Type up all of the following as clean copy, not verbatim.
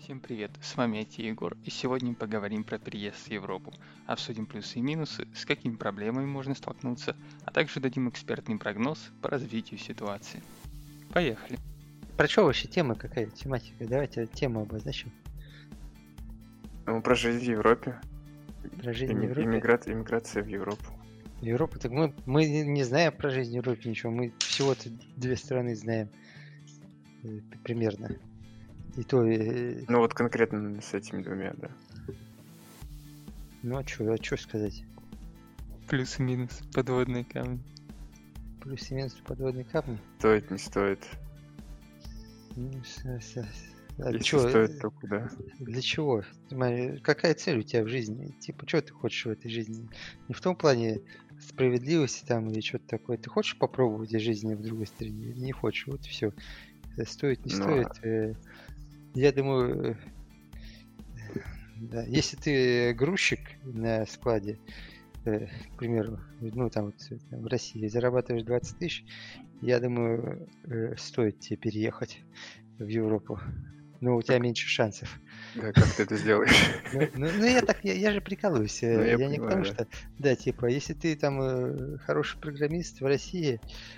Всем привет, с вами IT Егор, и сегодня поговорим про переезд в Европу, обсудим плюсы и минусы, с какими проблемами можно столкнуться, а также дадим экспертный прогноз по развитию ситуации. Поехали! Про что вообще тема, какая тематика? Давайте тему обозначим. Про жизнь в Европе. Про жизнь в Европе. Иммиграция в Европу. В Европу, так мы не знаем про жизнь в Европе ничего, мы всего-то две страны знаем примерно. И то... Ну вот конкретно с этими двумя, да. Ну а что сказать? Плюс и минус, подводные камни. Плюс и минус подводные камни? Стоит, не стоит. Если стоит, то куда? Для чего? Какая цель у тебя в жизни? Типа, что ты хочешь в этой жизни? Не в том плане справедливости там или что-то такое. Ты хочешь попробовать жизнь в другой стране или не хочешь? Вот и все. Стоит, не стоит. Я думаю, да, если ты грузчик на складе, к примеру, ну там вот в России зарабатываешь 20 тысяч, я думаю, стоит тебе переехать в Европу. Но у тебя меньше шансов. Да, как ты это сделаешь? Я же прикалываюсь. Я не к тому, что, да, типа, если ты там хороший программист в России,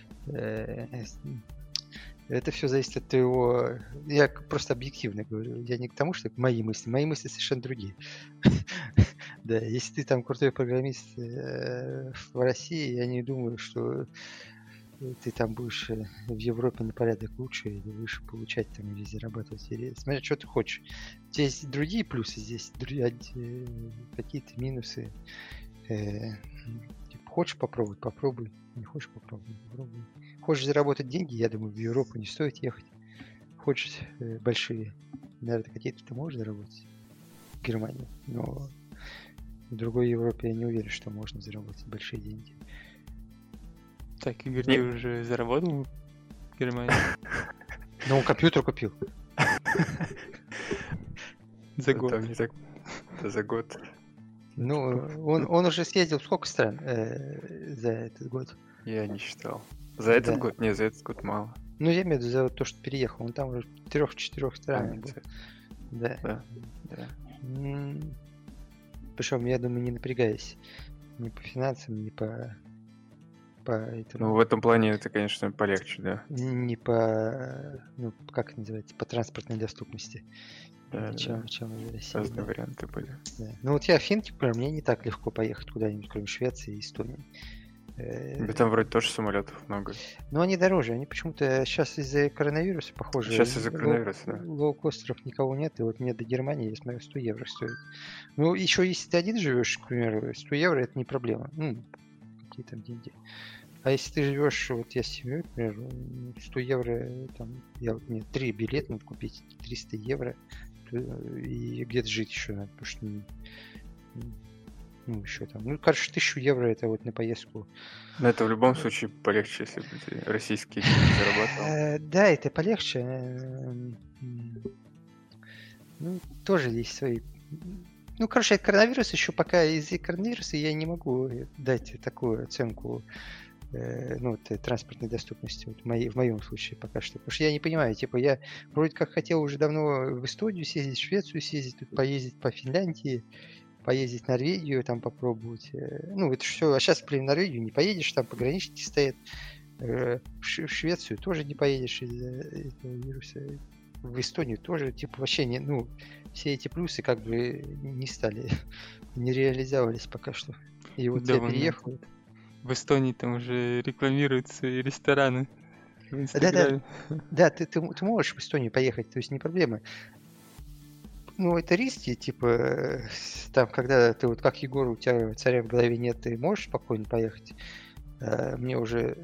это все зависит от твоего... Я просто объективно говорю. Я не к тому, что мои мысли совершенно другие. Да, если ты там крутой программист в России, я не думаю, что ты там будешь в Европе на порядок лучше или выше получать там или зарабатывать. Или... Смотри, что ты хочешь. Здесь другие плюсы, здесь какие-то минусы. Хочешь попробовать, попробуй. Не хочешь попробуй, попробуй. Хочешь заработать деньги, я думаю, в Европу не стоит ехать. Хочешь большие, наверное, какие-то ты можешь заработать в Германии, но в другой Европе я не уверен, что можно заработать большие деньги. Так, Игорь, ты уже заработал в Германии? Ну, компьютер купил. За год. За год. Ну, он уже съездил в сколько стран за этот год? Я не считал. За этот год? Не, за этот год мало. Ну, я имею в виду за то, что переехал. Он там уже в 3-4 странах был. Да. Причем, я думаю, не напрягаясь ни по финансам, ни по этому. Ну, в этом плане это, конечно, полегче, да. Не по, ну, как это называется, по транспортной доступности. Да, чем в России. Разные варианты были. Да. Ну, вот я в Финки, например, мне не так легко поехать куда-нибудь, кроме Швеции и Эстонии. Там вроде тоже самолетов много. Но они дороже. Они почему-то сейчас из-за коронавируса, похоже. Сейчас из-за коронавируса, да. Лоукостеров никого нет. И вот мне до Германии, я смотрю, 100 евро стоит. Ну, еще если ты один живешь, к примеру, 100 евро это не проблема. Ну, какие там деньги. А если ты живешь, вот я с семьей, например, 100 евро, там, мне 3 билета надо купить, 300 евро, и где-то жить еще надо, потому что еще там. Ну, короче, 1000 евро это вот на поездку. Но это в любом случае полегче, если бы ты российские деньги зарабатывал. Да, это полегче. Ну, тоже есть свои... Ну, короче, коронавирус еще пока из-за коронавируса я не могу дать такую оценку транспортной доступности в моем случае пока что. Потому что я не понимаю, типа, я вроде как хотел уже давно в Эстонию съездить, в Швецию съездить, тут поездить по Финляндии, поездить в Норвегию, там попробовать. Ну, это все. А сейчас, блин, в Норвегию не поедешь, там пограничники стоят. В Швецию тоже не поедешь из-за этого вируса. В Эстонию тоже, типа, вообще не... Ну, все эти плюсы как бы не реализовались пока что. И вот я переехал. В Эстонии там уже рекламируются и рестораны в Инстаграме. Да, ты можешь в Эстонию поехать, то есть не проблема. Ну, это риски, типа, там, когда ты вот как Егор, у тебя царя в голове нет, ты можешь спокойно поехать. Мне уже,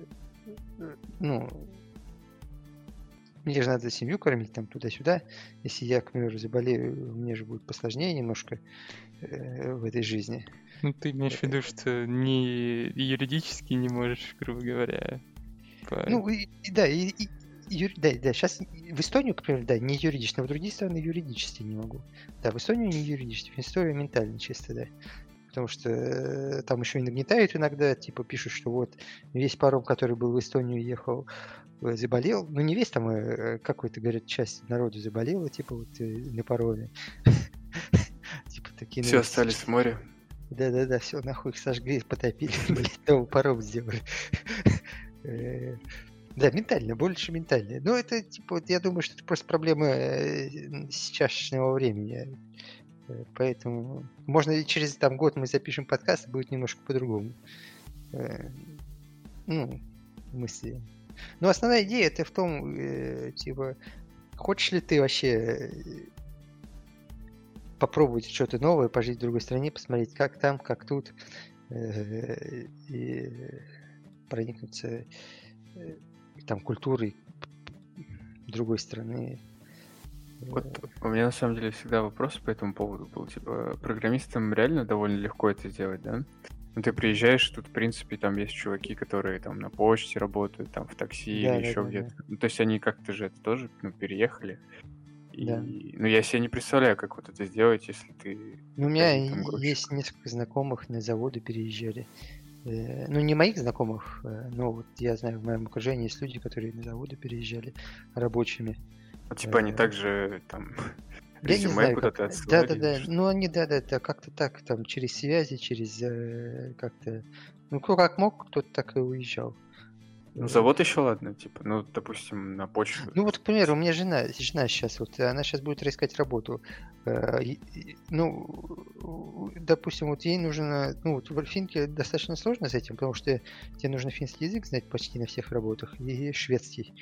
мне же надо семью кормить там туда-сюда. Если я, к примеру, заболею, мне же будет посложнее немножко в этой жизни. Ну, ты имеешь в виду, что не юридически не можешь, грубо говоря. Ну, да, сейчас в Эстонию, к примеру, да, не юридически, но в другие страны юридически не могу. Да, в Эстонию не юридически, в Эстонию ментально чисто, да. потому что там еще и нагнетают иногда, типа пишут, что вот весь паром, который был в Эстонию ехал, заболел. Ну, не весь там, какой-то, говорят, часть народу заболела, типа вот на пароме. Типа такие Все новости. остались в море. Да-да-да, все, нахуй их сожгли, потопили, блядь, новый паром сделали. Да, ментально, больше ментально. Ну, это, типа, вот я думаю, что это просто проблема сейчасшнего времени. Поэтому, можно и через там год мы запишем подкаст, будет немножко по-другому. Ну, мысли. Но основная идея это в том, типа, хочешь ли ты вообще попробовать что-то новое, пожить в другой стране, посмотреть, как там, как тут, и проникнуться там культурой другой страны. Вот у меня на самом деле всегда вопрос по этому поводу был. Типа, программистам реально довольно легко это сделать, да? Ну, ты приезжаешь, тут, в принципе, там есть чуваки, которые там на почте работают, там в такси Да, или да, еще да, где-то. Ну, то есть они как-то же это тоже, ну, переехали. да. Ну, я себе не представляю, как вот это сделать, если ты Ну, у меня там грузчик. есть несколько знакомых на заводы переезжали. Ну, не моих знакомых, но вот я знаю, в моем окружении есть люди, которые на заводы переезжали рабочими. Ну, типа они также там Я не резюме знаю, куда-то как. отсылали или Да-да-да. что? Ну, они, да-да-да, как-то так, там, через связи, через как-то. Ну, кто как мог, кто-то так и уезжал. Ну, завод еще ладно, типа, ну, допустим, на почту. Ну, вот, к примеру, у меня жена сейчас, вот, она сейчас будет искать работу. Ну, допустим, вот ей нужно, ну, вот в финке достаточно сложно с этим, потому что тебе нужно финский язык знать почти на всех работах, и шведский.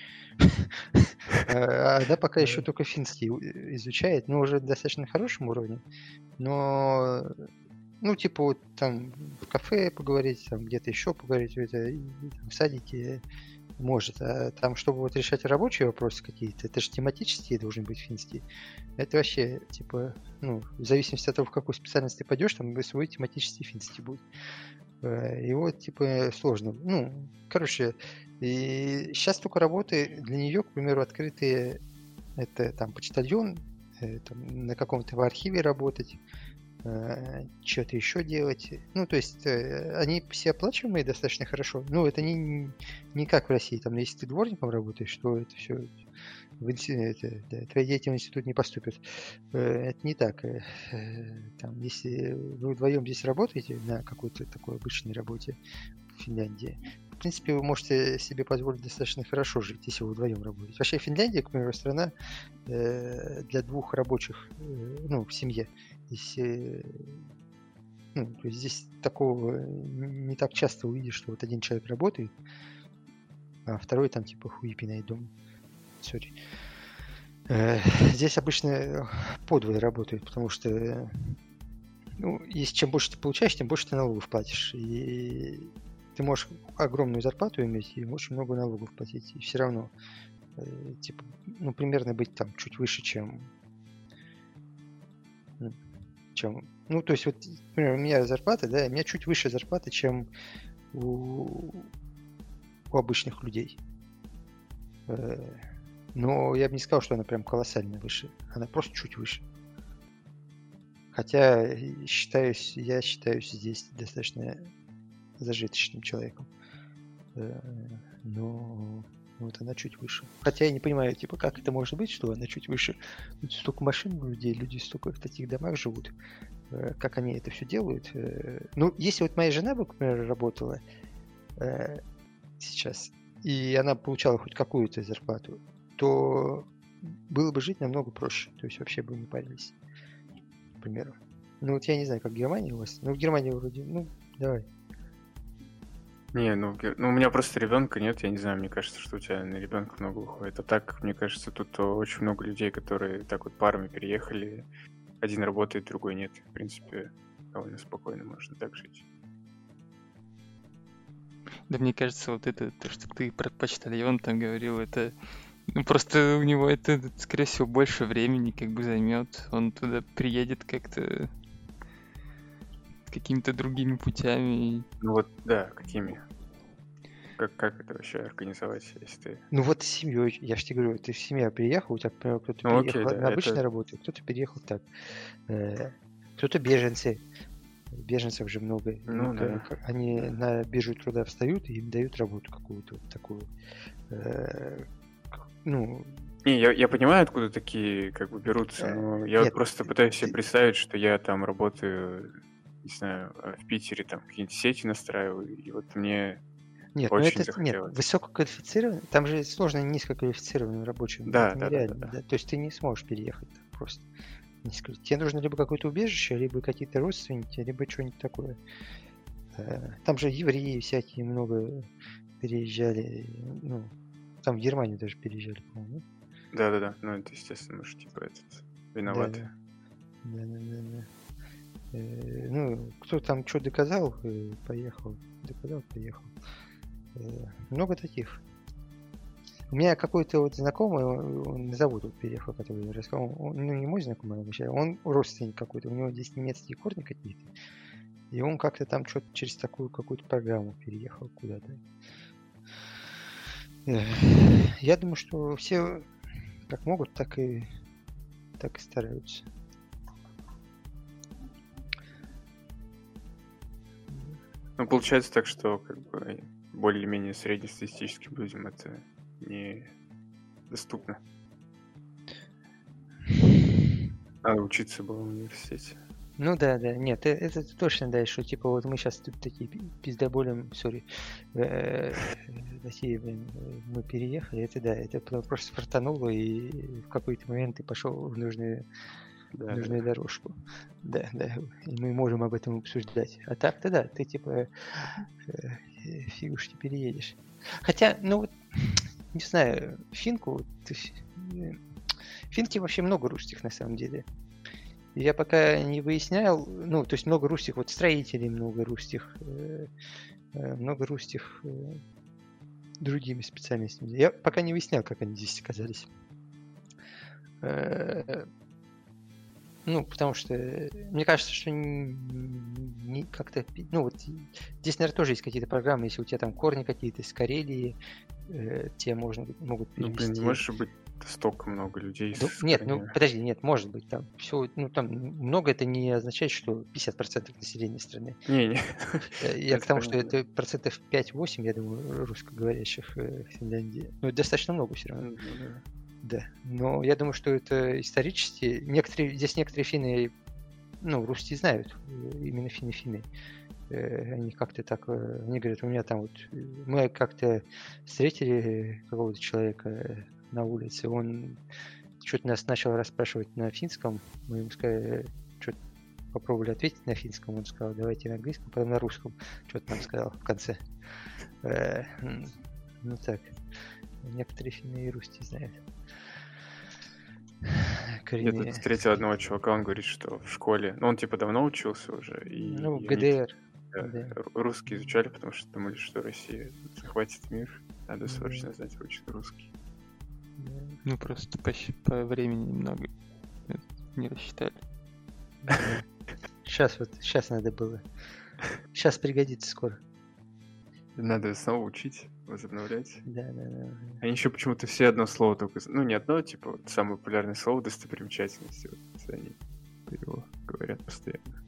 Она пока еще только финский изучает, но уже достаточно хорошем уровне. Но, ну, типа, вот там в кафе поговорить, там где-то еще поговорить, в садике может. А там, чтобы вот решать рабочие вопросы какие-то, это же тематические должен быть финский. Это вообще, типа, ну, в зависимости от того, в какую специальность ты пойдешь, там свой тематический финский будет. И вот, типа, сложно. Ну, короче, и сейчас только работы для нее, к примеру, открытые, это там почтальон, там, на каком-то в архиве работать, что-то еще делать. Ну, то есть, они все оплачиваемые достаточно хорошо. Ну, это не как в России. Там, если ты дворником работаешь, то это все твоя деятельность тут не поступит. Это не так. Там, если вы вдвоем здесь работаете на какой-то такой обычной работе в Финляндии, в принципе, вы можете себе позволить достаточно хорошо жить, если вы вдвоем работаете. Вообще Финляндия, к примеру, страна для двух рабочих, ну, в семье. Здесь, ну, то есть здесь такого не так часто увидишь, что вот один человек работает, а второй там типа хуй пинает дома. Сори. Здесь обычно подвое работают, потому что, ну, если чем больше ты получаешь, тем больше ты налогов платишь. И ты можешь огромную зарплату иметь и очень много налогов платить. И все равно, типа, ну, примерно быть там чуть выше, чем... Ну, то есть, вот, например, у меня зарплата, да, у меня чуть выше зарплата, чем у обычных людей. Но я бы не сказал, что она прям колоссально выше. Она просто чуть выше. Хотя я считаюсь здесь достаточно зажиточным человеком. Но вот она чуть выше. Хотя я не понимаю, типа, как это может быть, что она чуть выше. Тут столько машин у людей, люди столько в таких домах живут. Как они это все делают. Ну, если вот моя жена бы, например, работала сейчас, и она получала хоть какую-то зарплату, то было бы жить намного проще. То есть вообще бы не парились. К примеру. Ну вот я не знаю, как в Германии у вас. Ну, в Германии вроде, ну, давай. Не, ну у меня просто ребенка нет, я не знаю, мне кажется, что у тебя на ребенка много уходит. А так, мне кажется, тут очень много людей, которые так вот парами переехали. Один работает, другой нет. В принципе, довольно спокойно можно так жить. Да мне кажется, вот это, то, что ты про почтальон там говорил, это... Ну, просто у него это, скорее всего, больше времени как бы займет. Он туда приедет как-то какими-то другими путями. Ну вот, да, какими? Как это вообще организовать, если ты... Ну вот с семьей, я же тебе говорю, ты в семье приехал, у тебя, например, кто-то Ну, переехал окей, да, на обычную это... работу, кто-то переехал так. Кто-то беженцы. беженцев же много. Ну да. Они на биржу труда встают и им дают работу какую-то вот такую. Ну, Не, я понимаю, откуда такие как бы берутся, но я вот нет, просто пытаюсь себе ты- представить, что я там работаю, не знаю, в Питере там какие-нибудь сети настраиваю, и вот мне Нет, ну очень это нет, захотелось. высококвалифицированный, там же сложно низкоквалифицированным рабочим, Да, это да, да, нереально, да, да. да. То есть ты не сможешь переехать так просто. Тебе нужно либо какое-то убежище, либо какие-то родственники, либо что-нибудь такое. Там же евреи всякие много переезжали, ну, там в Германию даже переезжали, по-моему. Да. Ну, это естественно, мы же типа виноваты. Да. Ну, кто там что доказал, поехал. Доказал, поехал. Много таких. У меня какой-то вот знакомый, он на завод вот переехал, который я рассказал, ну не мой знакомый, он родственник какой-то, у него здесь немецкие корни какие-то, и он как-то там что-то через такую какую-то программу переехал куда-то. Я думаю, что все как могут, так и стараются. Ну, получается так, что как бы более-менее среднестатистическим людям это не доступно. Надо учиться было в университете. Ну да, нет, это точно, да, что типа вот мы сейчас тут такие пиздоболем, сори, России, мы переехали, это да, это просто фартануло, и в какой-то момент ты пошел в нужную дорожку. Да, и мы можем об этом обсуждать. А так-то да, ты типа фигуш не переедешь. Хотя, ну вот, не знаю, финку, финки вообще много русских на самом деле. Я пока не выяснял, ну, то есть много русских, вот строителей много русских другими специальностями. Я пока не выяснял, как они здесь оказались. Ну, потому что мне кажется, что не как-то... Ну, вот здесь, наверное, тоже есть какие-то программы, если у тебя там корни какие-то из Карелии, тебе могут перевести. Ну, блин, не может быть столько много людей. Нет, ну, подожди, нет, может быть, там все, ну, там много, это не означает, что 50% населения страны. Не. Я к тому, что это 5-8%, я думаю, русскоговорящих в Финляндии. Ну, это достаточно много все равно. Да, но я думаю, что это исторически... Здесь некоторые финны, ну, русские знают, именно финны. Они как-то так... Они говорят, у меня там вот... Мы как-то встретили какого-то человека на улице, он что-то нас начал расспрашивать на финском, мы ему сказали, что-то попробовали ответить на финском, он сказал, давайте на английском, потом на русском, что-то нам сказал в конце. Ну так, некоторые финны и русские знают. Я тут встретил одного чувака, он говорит, что в школе, ну он типа давно учился уже, и ну, ГДР. Русский изучали, потому что думали, что Россия захватит мир, надо срочно знать русский. Ну просто по времени немного не рассчитали. Сейчас надо было. Сейчас пригодится скоро. Надо снова учить, возобновлять. Да. Они еще почему-то все одно слово только... Ну, не одно, типа, вот самое популярное слово достопримечательности. Вот они его говорят постоянно.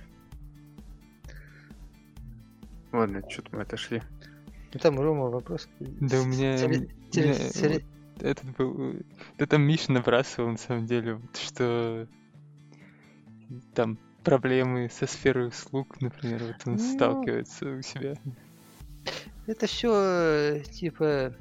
Ладно, что-то мы отошли. Ну там Рома вопрос. Да у меня... Этот был... Да там Миша набрасывал, на самом деле, что там проблемы со сферой услуг, например, вот он сталкивается у себя. Это все типа...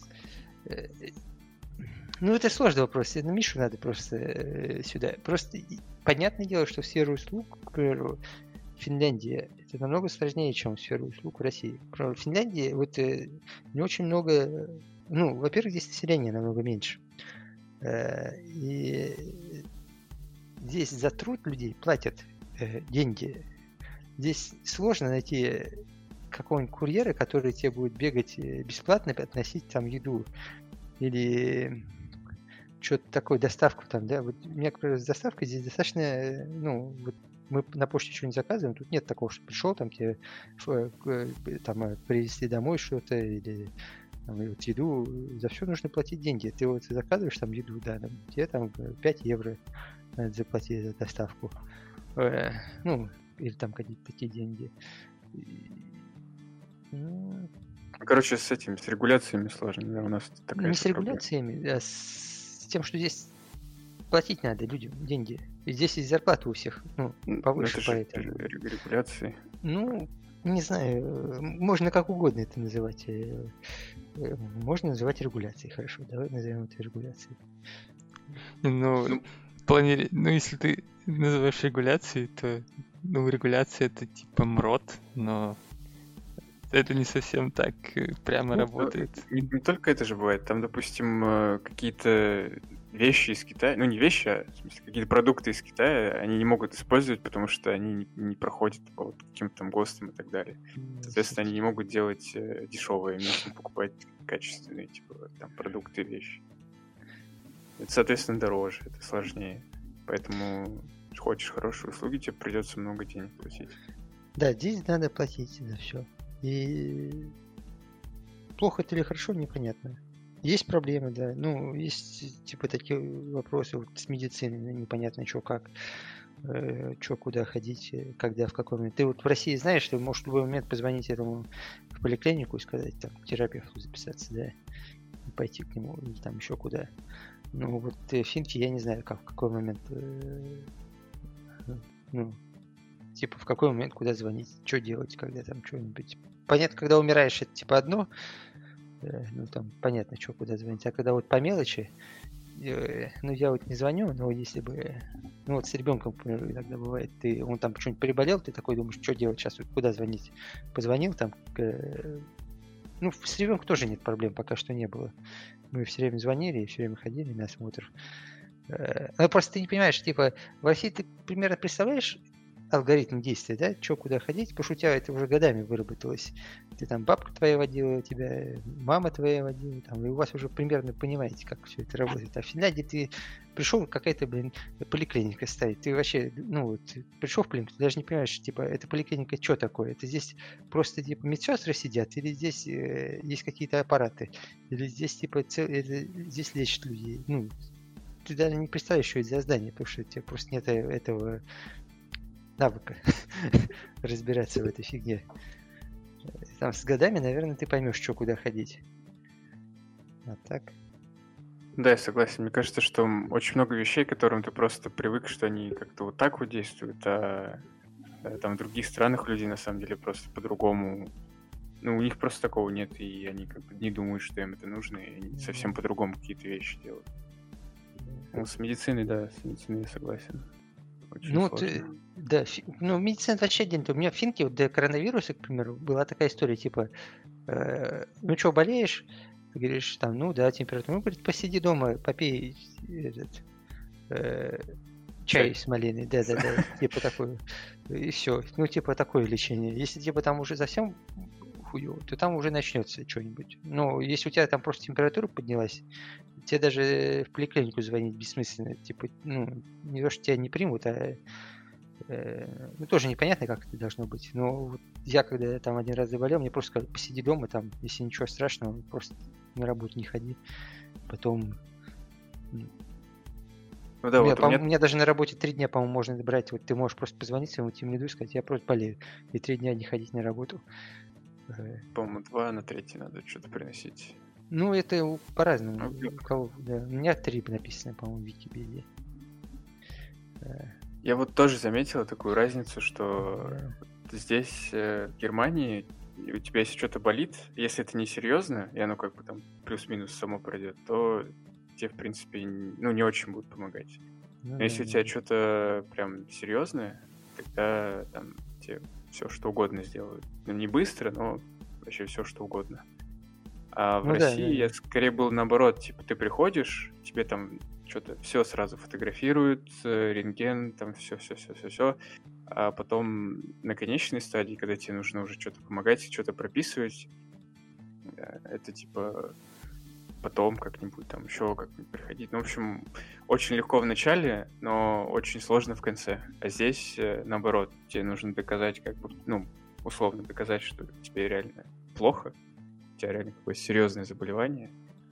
Ну, это сложный вопрос. На Мишу надо просто сюда. Просто понятное дело, что сфера услуг, к примеру, Финляндия, это намного сложнее, чем сфера услуг в России. В Финляндии вот не очень много... Ну, во-первых, здесь население намного меньше. И здесь за труд людей платят деньги. Здесь сложно найти какого-нибудь курьера, который тебе будет бегать бесплатно, относить там еду. Или что-то такое, доставку там, да. Вот у меня, например, с доставкой здесь достаточно, ну, вот мы на почте что-нибудь заказываем, тут нет такого, что пришел, там тебе там привезли домой что-то, или там, вот еду, за все нужно платить деньги. Ты вот заказываешь там еду, да, тебе там 5 евро надо заплатить за доставку. Ну, или там какие-то такие деньги. Ну, Короче, с регуляциями сложно, да, у нас такая не же с проблема. регуляциями, а с тем, что здесь платить надо людям деньги. И здесь есть зарплата у всех, ну, Ну, повыше, это же поэтому. регуляции. Ну, не знаю, можно как угодно это называть. Можно называть регуляцией, хорошо, давай назовем это регуляцией. Ну, Ну, в плане, ну, если ты называешь регуляцией, то, ну, регуляция это типа МРОТ, но это не совсем так прямо Ну, работает. не только это же бывает. Там, допустим, какие-то вещи из Китая, ну не вещи, а в смысле, какие-то продукты из Китая, они не могут использовать, потому что они не проходят по вот каким-то там ГОСТам и так далее. Соответственно, они не могут делать дешевые, им нужно покупать качественные, типа, там, продукты и вещи. Это, соответственно, дороже, это сложнее. Поэтому, хочешь хорошие услуги, тебе придется много денег платить. Да, здесь надо платить за все. И плохо это или хорошо, непонятно. Есть проблемы, да. Ну, есть типа такие вопросы вот с медициной, непонятно, что как, что куда ходить, когда, в какой момент. Ты вот в России знаешь, ты можешь в любой момент позвонить этому в поликлинику и сказать, там, к терапевту записаться, да, и пойти к нему, или там еще куда. Ну, вот в Финке я не знаю, как, в какой момент, ну, типа, в какой момент, куда звонить, что делать, когда там что-нибудь. Понятно, когда умираешь, это типа одно, ну, там, понятно, что куда звонить. А когда вот по мелочи, ну, я вот не звоню, но если бы, ну, вот с ребенком, например, иногда бывает, он там что-нибудь переболел, ты такой думаешь, что делать сейчас, куда звонить? Позвонил там, ну, с ребенком тоже нет проблем, пока что не было. Мы все время звонили и все время ходили на осмотр. Ну, просто ты не понимаешь, типа, в России ты примерно представляешь алгоритм действия, да, что куда ходить, потому что у тебя это уже годами выработалось. Ты там бабка твоя водила тебя, мама твоя водила, там, и у вас уже примерно понимаете, как все это работает. А в Финляндии ты пришел, какая-то, поликлиника стоит. Ты вообще, ну, вот, пришел в клинику, ты даже не понимаешь, типа, эта поликлиника что такое? Это здесь просто, типа, медсестры сидят, или здесь есть какие-то аппараты, или здесь, типа, здесь лечат людей. Ну, ты даже не представляешь, что это за здание, потому что у тебя просто нет этого навыка разбираться в этой фигне. Там с годами, наверное, ты поймешь, что куда ходить. А так? Да, я согласен. Мне кажется, что очень много вещей, к которым ты просто привык, что они как-то вот так вот действуют, а там в других странах люди на самом деле просто по-другому. Ну, у них просто такого нет, и они как бы не думают, что им это нужно, и они совсем по-другому какие-то вещи делают. Ну, с медициной, да, с медициной я согласен. Очень Ну, сложно. да, ну, медицина это вообще отдельно. У меня в Финке вот до коронавируса, к примеру, была такая история, типа, ну что, болеешь? Ты говоришь, там, ну да, температура. Ну, говорит, посиди дома, попей этот, чай Чай. с малиной, да-да-да, типа такое. И все. Ну, типа такое лечение. Если типа там уже совсем хуёво, то там уже начнется что-нибудь. Но если у тебя там просто температура поднялась, тебе даже в поликлинику звонить бессмысленно. Типа, ну, не то, что тебя не примут, а ну, тоже непонятно, как это должно быть. Но вот я, когда там один раз заболел, мне просто сказали, посиди дома, там, если ничего страшного, просто на работу не ходи. Потом... Ну да, вот у у меня, меня даже на работе 3 дня, по-моему, можно брать. Вот ты можешь просто позвонить своему тимлиду и сказать, я просто болею. И 3 дня не ходить на работу. по-моему, 2 на 3 надо что-то приносить. Ну, это по-разному. Ну, У кого, да. У меня 3 написано, по-моему, в Википедии. Я вот тоже заметил такую разницу, что здесь, в Германии, у тебя если что-то болит, если это не серьезно, и оно как бы там плюс-минус само пройдет, то тебе, в принципе, ну, не очень будут помогать. Ну, Но если у тебя что-то прям серьезное, тогда там тебе все что угодно сделают. Ну, не быстро, но вообще все что угодно. А в Ну да, России да, я скорее был наоборот, типа ты приходишь, тебе там что-то все сразу фотографируют, рентген, там все, а потом на конечной стадии, когда тебе нужно уже что-то помогать, что-то прописывать, это типа потом как-нибудь там еще как-нибудь приходить. Ну, в общем, очень легко в начале, но очень сложно в конце. А здесь, наоборот, тебе нужно доказать, как бы, ну, условно доказать, что тебе реально плохо, у тебя реально какое-то серьезное заболевание.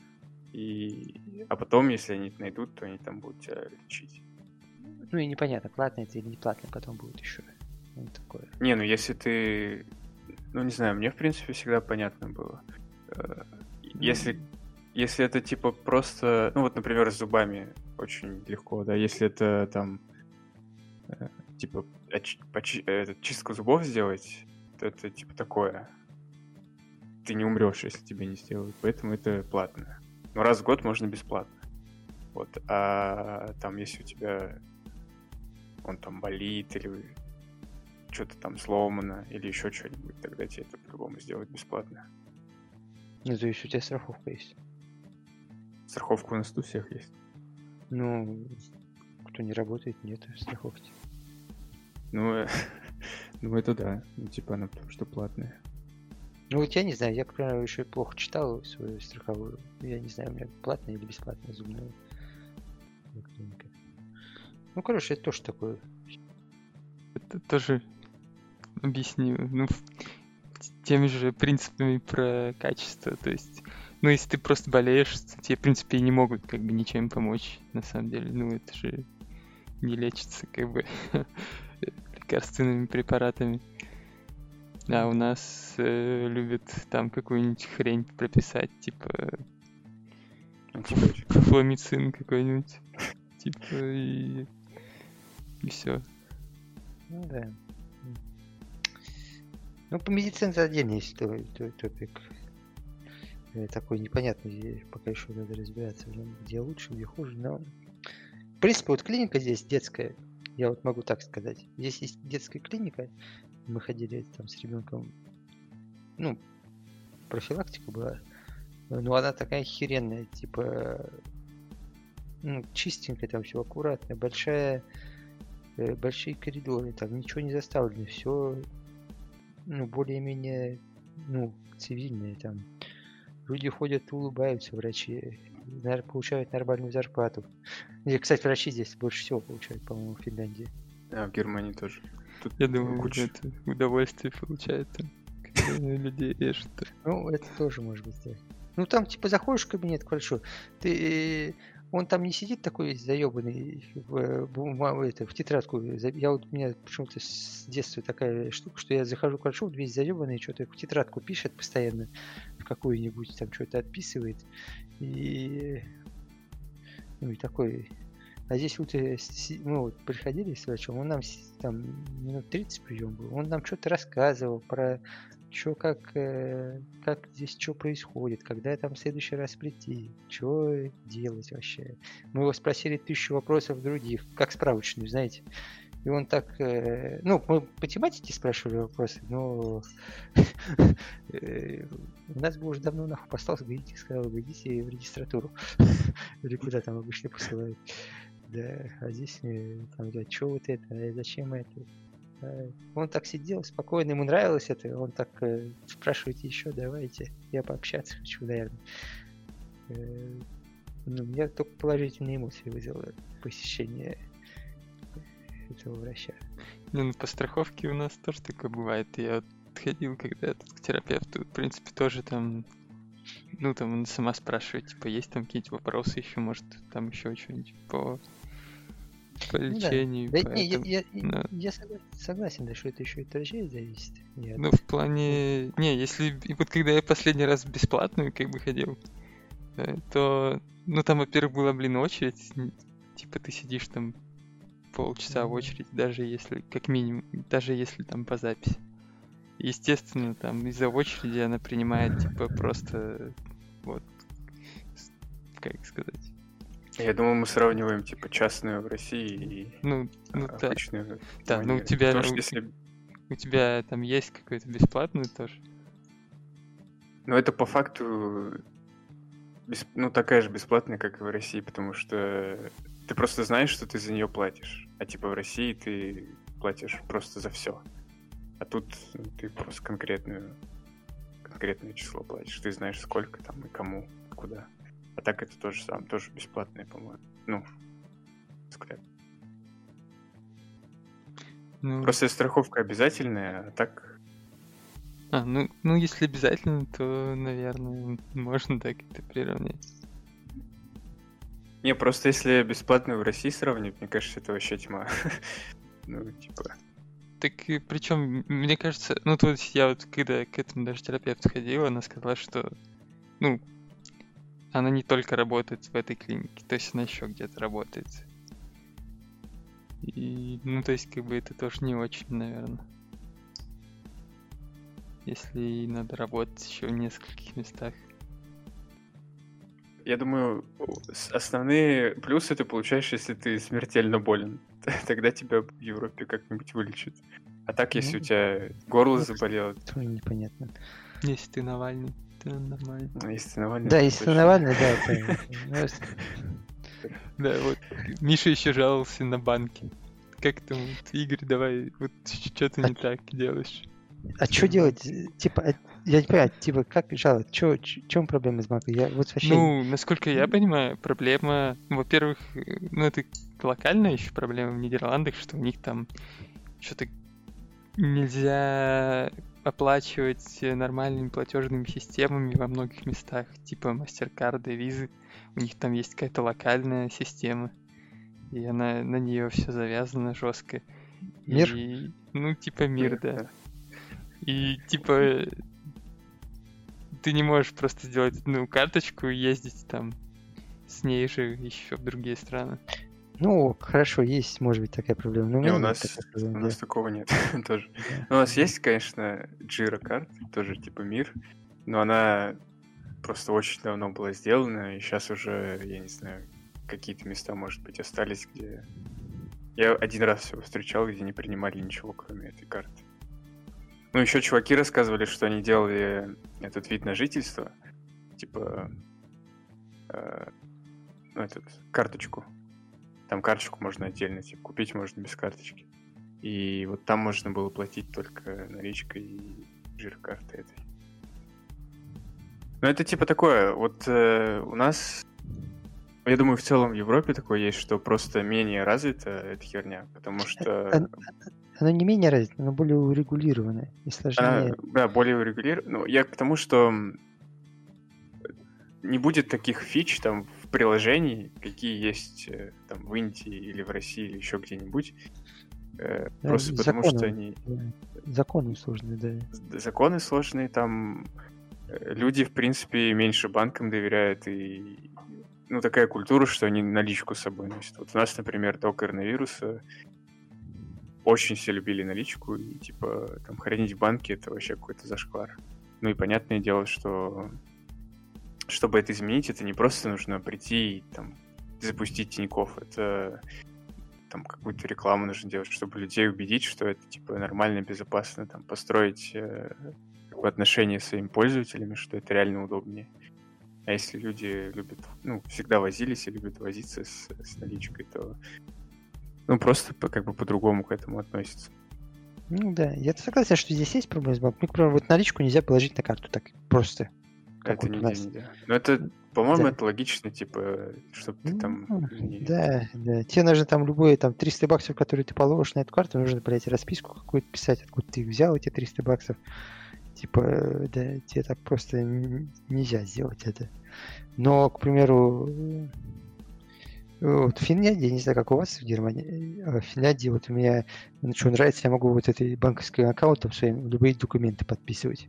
А потом, если они это найдут, то они там будут тебя лечить. Ну и непонятно, платно это или не платно потом будет еще. Ну, такое. Не, ну если ты... Ну, не знаю, мне, в принципе, всегда понятно было. Э, Если, если это, типа, просто... Ну, вот, например, с зубами очень легко, да. Если это, там, э, типа, чистку зубов сделать, то это, типа, такое. Ты не умрешь, если тебе не сделают. Поэтому это платно. Но раз в год можно бесплатно. Вот. А там, если у тебя он там болит или что-то там сломано или еще что-нибудь, тогда тебе это по-любому сделать бесплатно. Ну, то есть у тебя страховка есть. Страховка у нас у всех есть. Ну, кто не работает, нет страховки. Ну, ну это да. Ну, типа она потому что платная. Ну, вот я не знаю, я, к примеру, еще плохо читал свою страховую. Я не знаю, у меня платная или бесплатная зубная клиника. Ну, короче, это тоже такое. Это тоже объясню. Ну, теми же принципами про качество. То есть, ну, если ты просто болеешь, тебе, в принципе, и не могут как бы ничем помочь, на самом деле. Ну, это же не лечится как бы лекарственными препаратами. А у нас любят там какую-нибудь хрень прописать, типа фломицин какой-нибудь. Типа и все. Ну, да. Ну, по медицине это отдельный есть топик. Такой непонятный, пока еще надо разбираться, где лучше, где хуже. Но, в принципе, вот клиника здесь детская, я вот могу так сказать. Здесь есть детская клиника, мы ходили там с ребенком, ну, профилактика была, но она такая херенная, типа, ну, чистенькая, там все аккуратно, большие коридоры, там ничего не заставлено, все, ну, более-менее, ну, цивильное, там люди ходят, улыбаются, врачи, получают нормальную зарплату. И, кстати, врачи здесь больше всего получают, по-моему, в Финляндии. А в Германии тоже. Тут я думаю, это удовольствие получает, когда людей режут. Ну, это тоже может быть, да. Ну, там, типа, заходишь в кабинет к врачу, он там не сидит такой заебанный в тетрадку. Я вот, у меня почему-то с детства такая штука, что я захожу к врачу, весь заебанный, что-то в тетрадку пишет постоянно, в какую-нибудь там что-то отписывает. И такой... А здесь вот мы вот приходили с врачом, он нам там минут 30 прием был, он нам что-то рассказывал про что, как здесь что происходит, когда там в следующий раз прийти, что делать вообще. Мы его спросили 1000 вопросов других, как справочную, знаете. И он так, ну, мы по тематике спрашивали вопросы, но у нас бы уже давно нахуй послал, сказал бы, идите в регистратуру, или куда там обычно посылают. Да, а здесь там, что вот это, зачем это? Он так сидел спокойно, ему нравилось это, он так спрашивайте еще, давайте, я пообщаться хочу, наверное. Ну, меня только положительные эмоции вызвало посещение этого врача. Ну, по страховке у нас тоже такое бывает. Я вот ходил когда к терапевту, в принципе, тоже там, ну, там он сама спрашивает, типа, есть там какие-то вопросы еще, может, там еще что-нибудь по лечению. Да, поэтому, я согласен, да, что это еще и от врачей зависит. Ну, в плане... Не, если... Вот когда я последний раз бесплатную как бы ходил, то... Ну, там, во-первых, была, очередь. Типа, ты сидишь там полчаса в очереди, даже если, как минимум, даже если там по записи. Естественно, там из-за очереди она принимает, типа, просто... Вот... Как сказать... Я думаю, мы сравниваем, типа, частную в России и обычную. Да, ну у тебя там есть какой-то бесплатный тоже. Ну, это по факту такая же бесплатная, как и в России, потому что ты просто знаешь, что ты за нее платишь. А типа в России ты платишь просто за все. А тут ты просто конкретное число платишь. Ты знаешь, сколько там и кому, куда. А так это тоже самое, тоже бесплатное, по-моему. Ну, взгляд. Ну... Просто страховка обязательная, а так... Ну, если обязательно, то, наверное, можно так это приравнять. Не, просто если бесплатную в России сравнивать, мне кажется, это вообще тьма. Ну, типа... Так и причем, мне кажется, ну то есть я вот когда к этому даже терапевту ходила, она сказала, что, ну, она не только работает в этой клинике, то есть она еще где-то работает. И, ну, то есть, как бы это тоже не очень, наверное. Если ей надо работать еще в нескольких местах. Я думаю, основные плюсы ты получаешь, если ты смертельно болен. Тогда тебя в Европе как-нибудь вылечат. А так, если у Ну, тебя горло ну, заболело, тоже непонятно. Если ты Навальный, то нормально. если ты Навальный, Да, то если точно. Навальный, да, это... Да, вот Миша еще жаловался на банки. Как там, вот, Игорь, давай, вот что ты не так делаешь? А что делать? Типа, я не понимаю, типа, как жаловать? В чем проблема с банком? Я вот вообще... Ну, насколько я понимаю, проблема, во-первых, ну это локальная еще проблема в Нидерландах, что у них там что-то нельзя оплачивать нормальными платежными системами во многих местах, типа MasterCard и Visa. У них там есть какая-то локальная система, и она на нее все завязано жестко. Мир? И, ну, типа мир, да. Да. И типа ты не можешь просто сделать одну карточку и ездить там с ней же еще в другие страны. Ну, хорошо, есть, может быть, такая проблема. Но у Не, меня у нет нас, такой у проблемы, нас да. такого нет тоже. Да. Ну, у нас есть, конечно, Jira-карт, тоже типа мир, но она просто очень давно была сделана, и сейчас уже, я не знаю, какие-то места, может быть, остались, где... Я один раз всего встречал, где не принимали ничего, кроме этой карты. Ну, еще чуваки рассказывали, что они делали этот вид на жительство, типа, ну, этот, карточку. Там карточку можно отдельно, типа, купить можно без карточки. И вот там можно было платить только наличкой и жир-картой этой. Ну, это типа такое, вот у нас, я думаю, в целом в Европе такое есть, что просто менее развита эта херня, потому что Она не менее развита, она более урегулированная и она, сложнее. да, более урегулирована. Ну, я к тому, что не будет таких фич там в приложении, какие есть там в Индии или в России или еще где-нибудь. Просто потому что они... Законы сложные, да. Законы сложные, там люди, в принципе, меньше банкам доверяют, и ну, такая культура, что они наличку с собой носят. Вот у нас, например, до коронавируса очень все любили наличку, и типа там хранить в банке — это вообще какой-то зашквар. Ну и понятное дело, что чтобы это изменить, это не просто нужно прийти и там запустить Тинькофф, это там какую-то рекламу нужно делать, чтобы людей убедить, что это типа нормально, безопасно, там построить отношения с своими пользователями, что это реально удобнее. А если люди любят, ну, всегда возились и любят возиться с наличкой, то ну просто как бы по-другому к этому относятся. Ну да, я согласен, что здесь есть проблемы с банком. Ну, например, вот наличку нельзя положить на карту так просто. Это вот у нигде нас. нельзя. Но это, по-моему, Да. это логично, типа, чтобы ты там... Да, да. Тебе нужно там любые там 300 баксов, которые ты положишь на эту карту, нужно, блядь, расписку какую-то писать, откуда ты взял эти 300 баксов. Типа, да, тебе так просто нельзя сделать это. Но, к примеру, вот в Финляндии, я не знаю, как у вас в Германии, а в Финляндии вот у меня, что нравится, я могу вот этой банковским аккаунтом своим любые документы подписывать.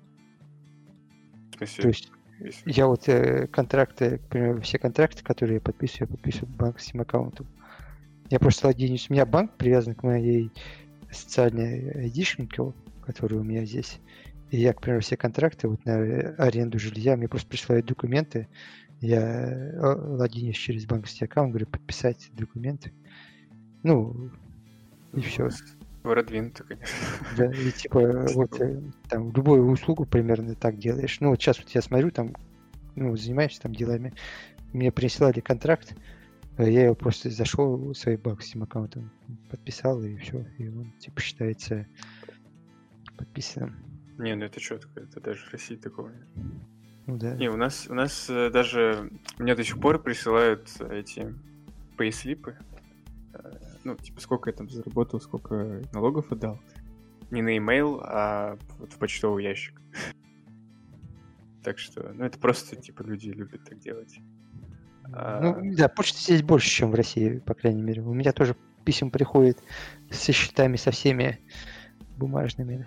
В смысле? То есть я вот контракты, к примеру, все контракты, которые я подписываю банковским аккаунтом. Я просто логинюсь. У меня банк привязан к моей социальной айдишнику, который у меня здесь. И я, к примеру, все контракты вот на аренду жилья, мне просто присылают документы. Я логинюсь через банковский аккаунт, говорю, подписать документы. Ну, и все. Продвинуто, конечно. Да, и типа вот там любую услугу примерно так делаешь. Ну, вот сейчас вот я смотрю, там, ну, занимаешься там делами. Мне присылали контракт, я его просто зашел своим банковским аккаунтом, подписал, и все. И он, типа, считается подписанным. Не, ну это четко, это даже в России такого нет. Ну да. Не, у нас даже... Мне до сих пор присылают эти пейслипы. Ну, типа, сколько я там заработал, сколько налогов отдал. Не на e-mail, а вот в почтовый ящик. Так что, ну, это просто, типа, люди любят так делать. Ну, да, почты здесь больше, чем в России, по крайней мере. У меня тоже писем приходит со счетами, со всеми бумажными.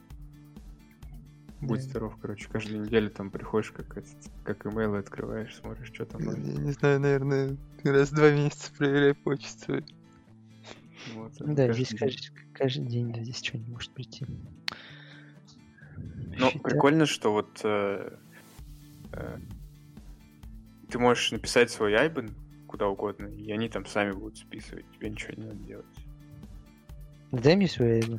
Будь Да. здоров, короче, каждую неделю там приходишь, как имейлы открываешь, смотришь, что там. Я не знаю, наверное, раз в 2 месяца проверяю почту свою. Вот, Да, каждый здесь день. каждый день, да, здесь что-нибудь может прийти. Ну, Счета. прикольно, что вот ты можешь написать свой IBAN куда угодно, и они там сами будут списывать, тебе ничего не надо делать. Дай мне свой IBAN.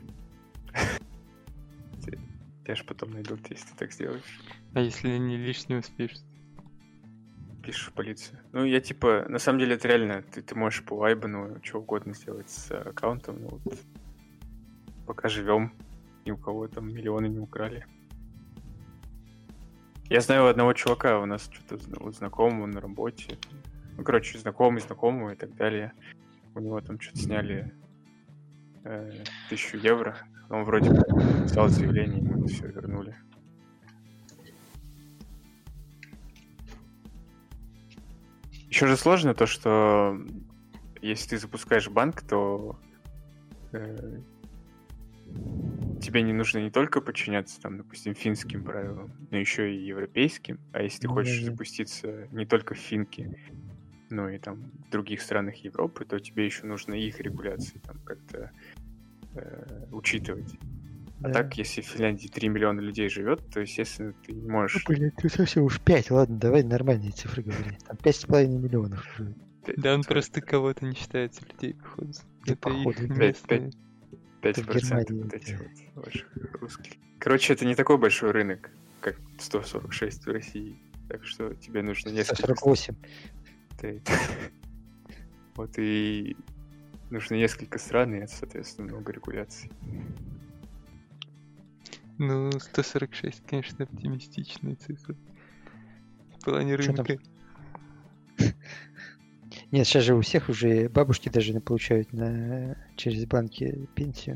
Тебя же потом найдут, если ты так сделаешь. А если они лишнего спишут? Пишешь в полицию. Ну, я типа, на самом деле это реально, ты можешь по IBAN что угодно сделать с аккаунтом, но вот пока живем, ни у кого там миллионы не украли. Я знаю одного чувака, у нас что-то вот знакомого на работе. Ну, короче, знакомый знакомого и так далее. У него там что-то сняли 1000 евро. Он вроде бы написал заявление, ему это все вернули. Еще же сложно то, что если ты запускаешь банк, то тебе не нужно не только подчиняться, там, допустим, финским правилам, но еще и европейским. А если ты хочешь Да-да. запуститься не только в финке, но и там в других странах Европы, то тебе еще нужно их регуляции там как-то учитывать. А Да. так, если в Финляндии 3 миллиона людей живет, то, естественно, ты не Ну, можешь... блин, ты совсем уж 5, ладно, давай нормальные цифры говори. Там 5,5 миллионов. живет. Да он просто кого-то не считает за людей, походу. Да, Это походу, их да. местные. 5% Германии, вот эти да. вот ваших русских. Короче, это не такой большой рынок, как 146 в России. Так что тебе нужно несколько... 148. Вот и нужно несколько стран, и, соответственно, много регуляций. Ну, 146, конечно, оптимистичная цифра. В плане Чё там? рынка. Нет, сейчас же у всех уже бабушки даже получают через банки пенсию.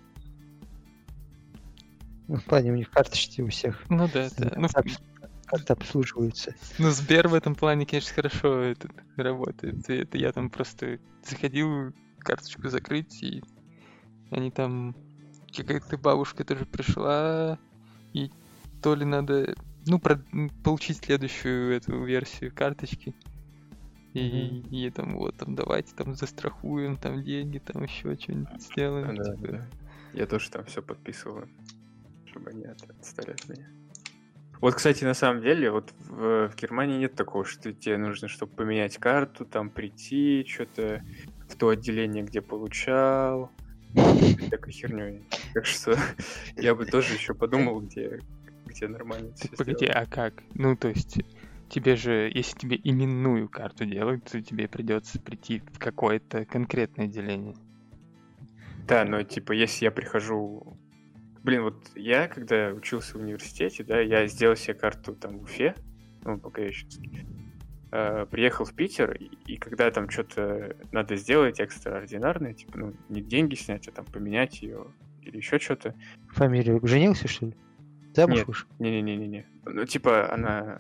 Ну, в плане у них карточки у всех. Ну да, да. Ну, Карты обслуживаются. ну, Сбер в этом плане, конечно, хорошо работает. И это я там просто заходил карточку закрыть, и они там... Какая-то бабушка тоже пришла, и то ли надо, ну, получить следующую эту версию карточки. И там вот, там давайте там застрахуем, там деньги, там еще что-нибудь сделаем. Да, типа. да. Я тоже там все подписываю, чтобы они отстали от меня. Вот, кстати, на самом деле, вот в Германии нет такого, что тебе нужно, чтобы поменять карту, там прийти, что-то в то отделение, где получал, такой херней. Так что я бы тоже еще подумал, где нормально Так все погоди, а как? Ну, то есть, тебе же, если тебе именную карту делают, то тебе придется прийти в какое-то конкретное отделение. Да, но типа, если я прихожу... Блин, вот я, когда учился в университете, да, я сделал себе карту там в Уфе, ну, пока я еще... приехал в Питер, и когда там что-то надо сделать экстраординарное, типа, ну, не деньги снять, а там поменять ее или еще что-то. Фамилию женился, что ли? Замуж Нет. вышел? Не-не-не-не. Ну, типа, она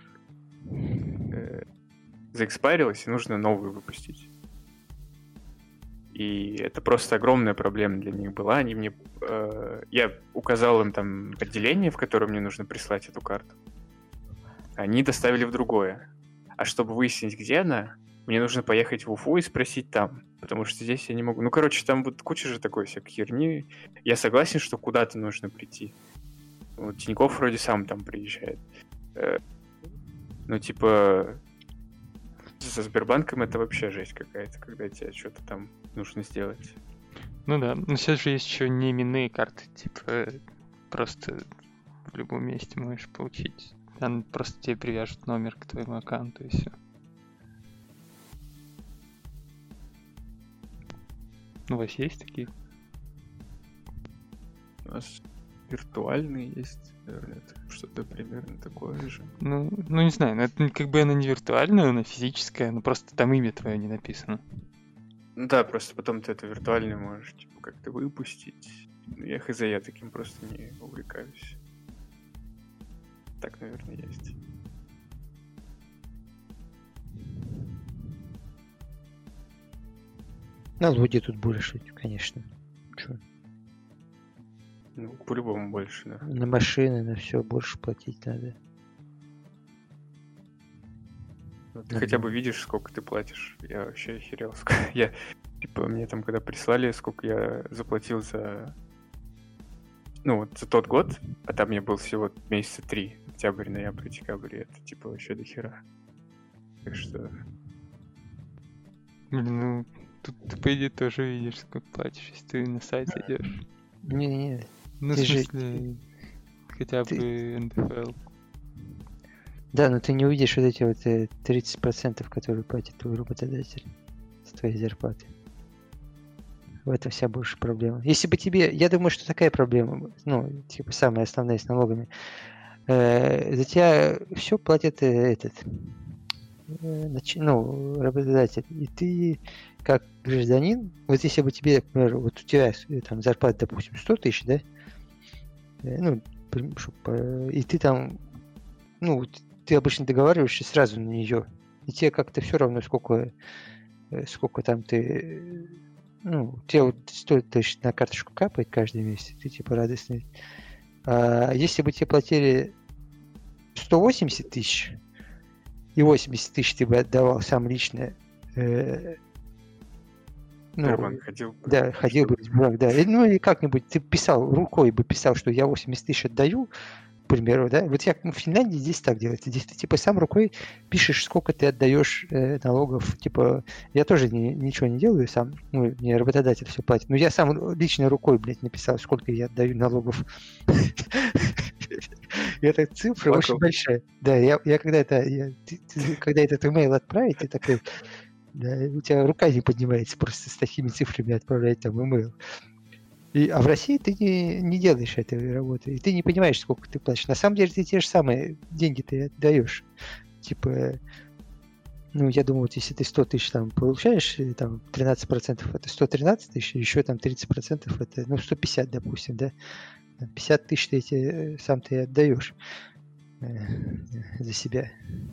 заэкспайрилась, и нужно новую выпустить. И это просто огромная проблема для них была. Они мне... я указал им там отделение, в которое мне нужно прислать эту карту. Они доставили в другое. А чтобы выяснить, где она, мне нужно поехать в Уфу и спросить там. Потому что здесь я не могу... Ну, короче, там вот куча же такой всякой херни. Я согласен, что куда-то нужно прийти. Вот Тинькофф вроде сам там приезжает. Ну, типа... Со Сбербанком это вообще жесть какая-то, когда тебе что-то там нужно сделать. Ну да, но сейчас же есть еще не именные карты, типа просто в любом месте можешь получить. Там просто тебе привяжут номер к твоему аккаунту и все. У вас есть такие? У нас виртуальные есть, наверное, это что-то примерно такое же. Ну не знаю, это как бы она не виртуальная, она физическая, но просто там имя твое не написано. Ну да, просто потом ты это виртуально можешь типа как-то выпустить. Я хз, я таким просто не увлекаюсь. Так, наверное, есть. Налоги тут больше, конечно. Чё? Ну, по-любому больше, да. На машины, на все больше платить надо. Ну, ты хотя бы видишь, сколько ты платишь. Я вообще охерел. Я, типа, мне там, когда прислали, сколько я заплатил за... Ну, вот за тот год, а там мне был всего месяца 3. Октябрь, ноябрь, декабрь. Это, типа, вообще до хера. Так что... Блин, ну, тут ты, по идее, тоже видишь, сколько платишь, если ты на сайт идешь. Не-не-не. Ну, в Ты же- смысле, хотя ты- бы НДФЛ. Да, но ты не увидишь вот эти вот 30%, которые платит твой работодатель с твоей зарплаты. В этом вся больше проблема. Если бы тебе... Я думаю, что такая проблема, ну, типа, самая основная с налогами. За тебя все платит ну, работодатель. И ты, как гражданин, вот если бы тебе, например, вот у тебя там зарплата, допустим, 100 тысяч, да? Ну, и ты там, ну, вот ты обычно договариваешься сразу на нее. И тебе как-то все равно, сколько там ты... Ну, тебе вот 100 тысяч на карточку капает каждый месяц, ты типа радостный. А если бы тебе платили 180 тысяч, и 80 тысяч ты бы отдавал сам лично, ну, Сбербанк ходил. да, ходил бы в Сбербанк, да. Ну, или как-нибудь ты писал, рукой бы писал, что я 80 тысяч отдаю, к примеру, да. Вот я в Финляндии здесь так делается. Здесь ты типа сам рукой пишешь, сколько ты отдаешь налогов. Типа, я тоже ничего не делаю сам. Ну, мне работодатель все платит. Но я сам лично рукой, блядь, написал, сколько я отдаю налогов. И эта цифра очень большая. Да, я когда этот имейл отправить, ты такой, да, у тебя рука не поднимается просто с такими цифрами отправлять там имейл. А в России ты не делаешь этой работы, и ты не понимаешь, сколько ты платишь. На самом деле ты те же самые деньги ты отдаешь. Типа, ну, я думаю, вот если ты 100 тысяч там получаешь, там 13% это 113 тысяч, еще там 30% это, ну, 150, допустим, да. 50 тысяч ты сам ты отдаешь за себя.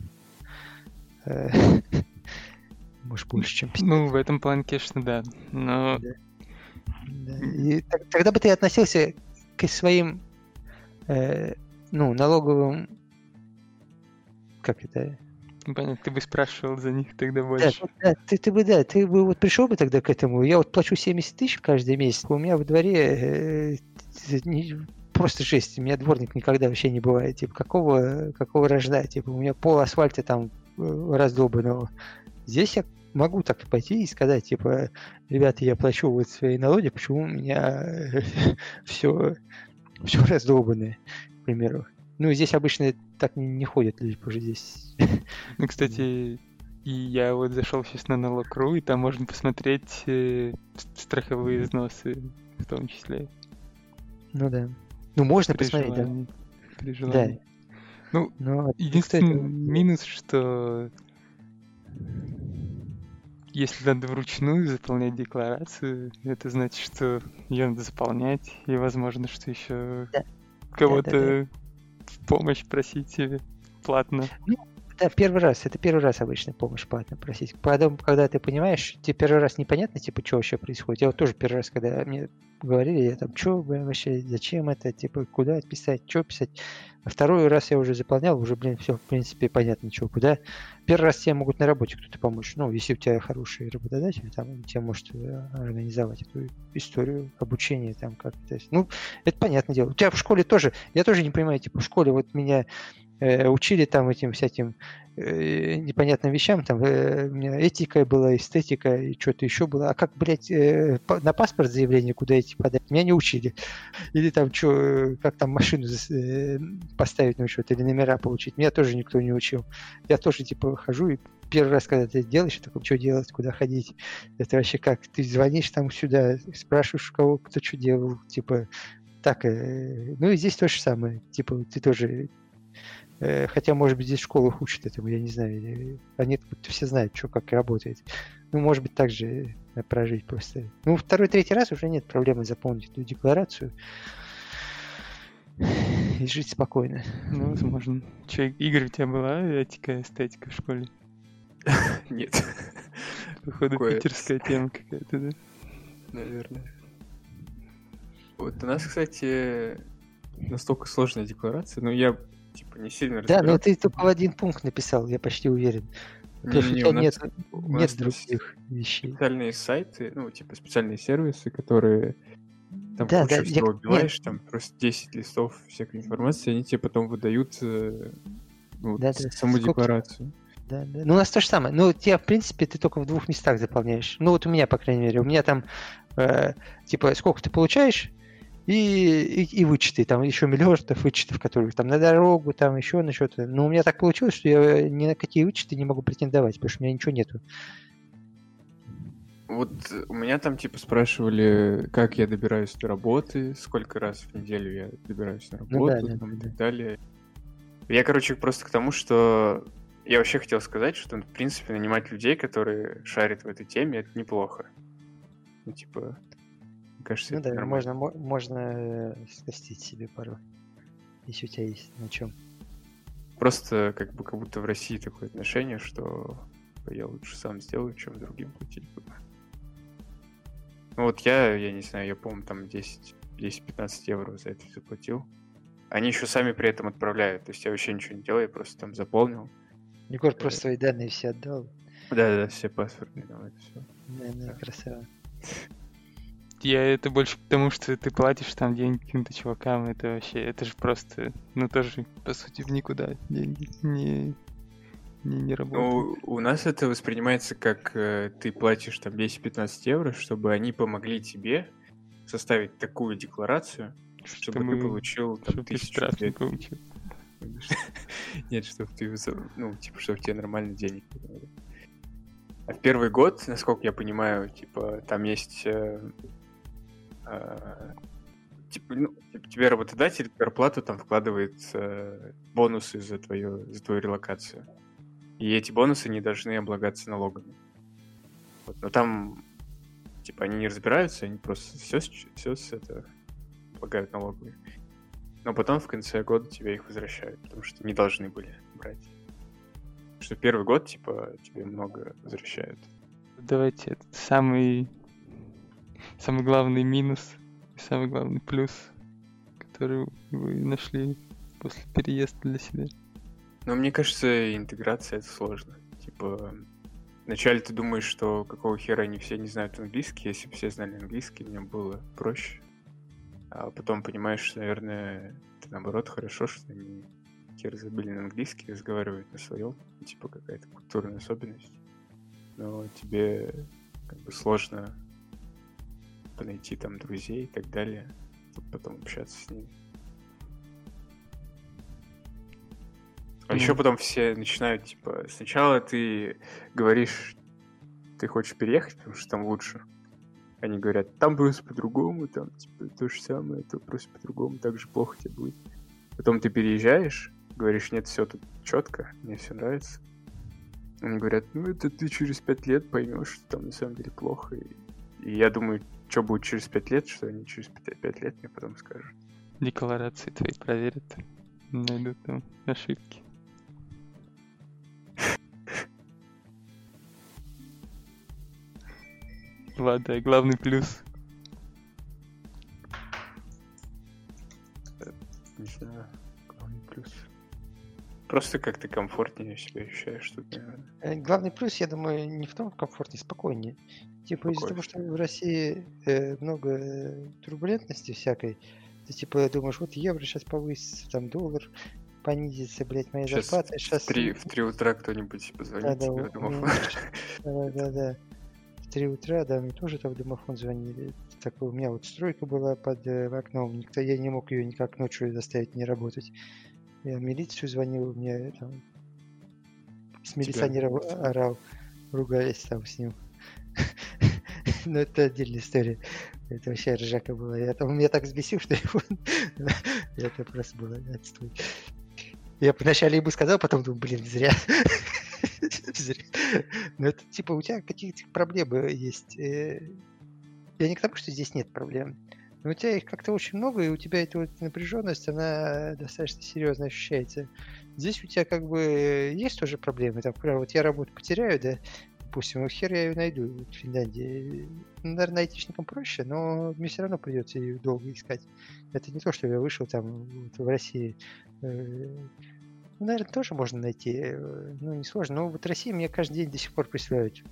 Может, больше, чем 50. Ну, в этом плане, конечно, да. Но... Да. И тогда бы ты относился к своим ну, налоговым... Как это? Понятно, ты бы спрашивал за них тогда больше. Да, ты бы вот пришел бы тогда к этому. Я вот плачу 70 тысяч каждый месяц. У меня во дворе просто жесть. У меня дворник никогда вообще не бывает. Типа, какого рожна? Типа, у меня пол асфальта там раздолбанного. Здесь я могу так пойти и сказать, типа, ребята, я плачу вот свои налоги, почему у меня все раздолбанное, к примеру. Ну, здесь обычно так не ходят люди, уже здесь. Ну, кстати, и я вот зашел сейчас на налог.ру, и там можно посмотреть страховые взносы в том числе. Ну да. Ну, можно посмотреть, да. При желании. Да. Ну, единственный минус, что если надо вручную заполнять декларацию, это значит, что ее надо заполнять, и возможно, что еще кого-то в помощь просить платно. Ну, да, это первый раз обычно помощь платно просить. Потом, когда ты понимаешь, тебе первый раз непонятно, типа, что вообще происходит. Я вот тоже первый раз, когда мне говорили, я там, что вообще, зачем это, типа, куда писать, что писать. А второй раз я уже заполнял, уже, все, в принципе, понятно, что, куда. Первый раз тебе могут на работе кто-то помочь. Ну, если у тебя хороший работодатель, там, тебе может организовать эту историю обучения, там, как-то. Ну, это понятное дело. У тебя в школе тоже, я тоже не понимаю, типа, в школе вот меня учили там этим всяким непонятным вещам, там у меня этика была, эстетика и что-то еще было. А как, блядь, на паспорт заявление куда идти подать? Меня не учили. Или там как там машину поставить на учет, или номера получить. Меня тоже никто не учил. Я тоже, типа, хожу и первый раз, когда ты делаешь, такой, что делать, куда ходить. Это вообще как? Ты звонишь там сюда, спрашиваешь у кого, кто что делал. Типа, так. Ну и здесь то же самое. Типа, ты тоже... Хотя, может быть, здесь в школах учат этому, я не знаю. Они все знают, что как работает. Ну, может быть, так же прожить просто. Ну, второй, третий раз уже нет проблемы заполнить эту декларацию и жить спокойно. Ну, возможно. Че, Игорь, у тебя была этика, эстетика в школе? Нет. Походу, Такое, питерская тема какая-то, да? наверное. Вот у нас, кстати, настолько сложная декларация, но я типа не сильно Да, но разбираюсь. ты только в один пункт написал, я почти уверен. Потому что у Не-не-не, тебя у нас, нет есть других вещей. специальные сайты, ну, типа специальные сервисы, которые там Да, кучу да, всего нет, убиваешь, там просто 10 листов всякой информации, они тебе потом выдают ну, да, да, саму сколько... декларацию. Да, да. Ну, у нас то же самое. Ну, тебя, в принципе, ты только в 2 местах заполняешь. Ну, вот у меня, по крайней мере. У меня там, типа, сколько ты получаешь, и вычеты. Там еще миллионов вычетов, которые там на дорогу, там еще на что-то. Но у меня так получилось, что я ни на какие вычеты не могу претендовать, потому что у меня ничего нету. Вот у меня там типа спрашивали, как я добираюсь до работы, сколько раз в неделю я добираюсь на Ну да, работу, да, там, и да. так далее. Я, короче, просто к тому, что я вообще хотел сказать, что, в принципе, нанимать людей, которые шарят в этой теме, это неплохо. Ну, типа, мне кажется, Ну это да, нормально. можно скостить себе пару, если у тебя есть на чем. Просто как будто в России такое отношение, что я лучше сам сделаю, чем другим платить буду. Ну вот я не знаю, я, по-моему, там 10-15 евро за это заплатил. Они еще сами при этом отправляют. То есть я вообще ничего не делаю, я просто там заполнил. Егор просто свои данные все отдал. Да-да, все паспортные, там это все. Наверное, красава. Я это больше потому, что ты платишь там деньги каким-то чувакам, это вообще, это же просто, ну тоже, по сути, в никуда деньги не работают. Ну, у нас это воспринимается как ты платишь там 10-15 евро, чтобы они помогли тебе составить такую декларацию, чтобы ты получил там Чтобы ты 1000 штраф не лет. получил. Нет, чтобы ты, ну, типа, чтобы тебе нормально денег подавали. А в первый год, насколько я понимаю, типа, там есть типа, ну, тебе работодатель в зарплату там вкладывает бонусы за твою релокацию. И эти бонусы не должны облагаться налогами. Вот. Но там, типа, они не разбираются, они просто все с это облагают налоговые. Но потом в конце года тебе их возвращают, потому что не должны были брать. Потому что первый год, типа, тебе много возвращают. Давайте этот самый главный минус и самый главный плюс, который вы нашли после переезда для себя. Но мне кажется, интеграция — это сложно. Типа, вначале ты думаешь, что какого хера они все не знают английский. Если бы все знали английский, мне было проще. А потом понимаешь, что, наверное, это наоборот хорошо, что они хер забыли на английский, разговаривают на своем. Типа какая-то культурная особенность. Но тебе как бы сложно найти там друзей и так далее, чтобы потом общаться с ними. А еще потом все начинают, типа, сначала ты говоришь, ты хочешь переехать, потому что там лучше. Они говорят, там просто по-другому, там, типа, то же самое, это просто по-другому, так же плохо тебе будет. Потом ты переезжаешь, говоришь, нет, все тут четко, мне все нравится. Они говорят, ну, это ты через 5 лет поймешь, что там на самом деле плохо. И я думаю, что будет через 5 лет, что они через 5 лет мне потом скажут. Декларации твои проверят, найдут там ошибки. Ладно, главный плюс. Не знаю, главный плюс. Просто как-то комфортнее себя ощущаешь тут, наверное. Главный плюс, я думаю, не в том, комфортнее, спокойнее. Типа из-за того, что в России много турбулентности всякой, ты типа думаешь, вот евро сейчас повысится, там доллар понизится, блядь, моя зарплата. Сейчас в 3 утра кто-нибудь позвонит тебе в домофон. Да. В 3 утра, да, мне тоже там в домофон звонили. Такой, у меня вот стройка была под окном, я не мог ее никак ночью заставить не работать. Я в милицию звонил, мне там с милиционером орал, ругались там с ним. Но это отдельная история. Это вообще ржака была. Меня так взбесил, что это просто было отстой. Я вначале ему сказал, потом думаю, блин, зря. Но это типа у тебя какие-то проблемы есть. Я не к тому, что здесь нет проблем. Но у тебя их как-то очень много, и у тебя эта вот напряженность, она достаточно серьезно ощущается. Здесь у тебя как бы есть тоже проблемы. Там, например, вот я работу потеряю, да, допустим, хер я ее найду в Финляндии. Наверное, айтишникам проще, но мне все равно придется ее долго искать. Это не то, что я вышел там в России. Наверное, тоже можно найти. Ну, не сложно. Но вот в России мне каждый день до сих пор присылают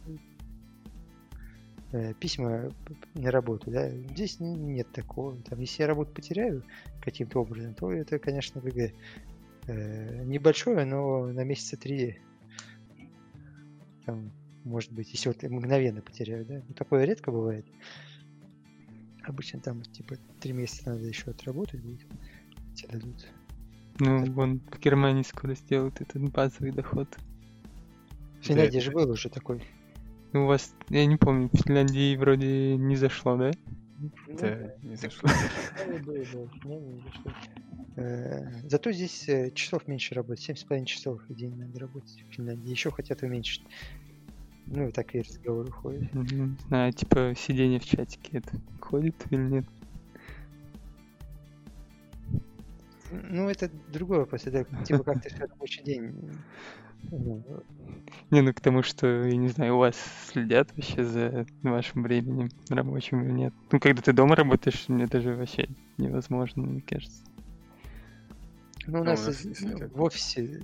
письма на работу, да. Здесь нет такого. Там, если я работу потеряю каким-то образом, то это, конечно, ГГ. Небольшое, но на месяца 3 там, может быть, если вот мгновенно потеряю, да. Ну, такое редко бывает. Обычно там, типа, 3 месяца надо еще отработать будет. Тебе дадут. Ну, вон в Германии скоро сделают этот базовый доход. В Финляндии же был уже такой. Ну, у вас, я не помню, в Финляндии вроде не зашло, да? Да, не зашло. Зато здесь часов меньше работать. 7,5 часов в день надо работать в Финляндии. Еще хотят уменьшить. Ну, и так и разговор уходит. Не знаю, типа сидение в чатике это ходит или нет? Ну, это другой вопрос. Это типа как ты рабочий день. Не, ну к тому, что, я не знаю, у вас следят вообще за вашим временем рабочим или нет. Ну, когда ты дома работаешь, мне даже вообще невозможно, мне кажется. Ну, у нас в офисе,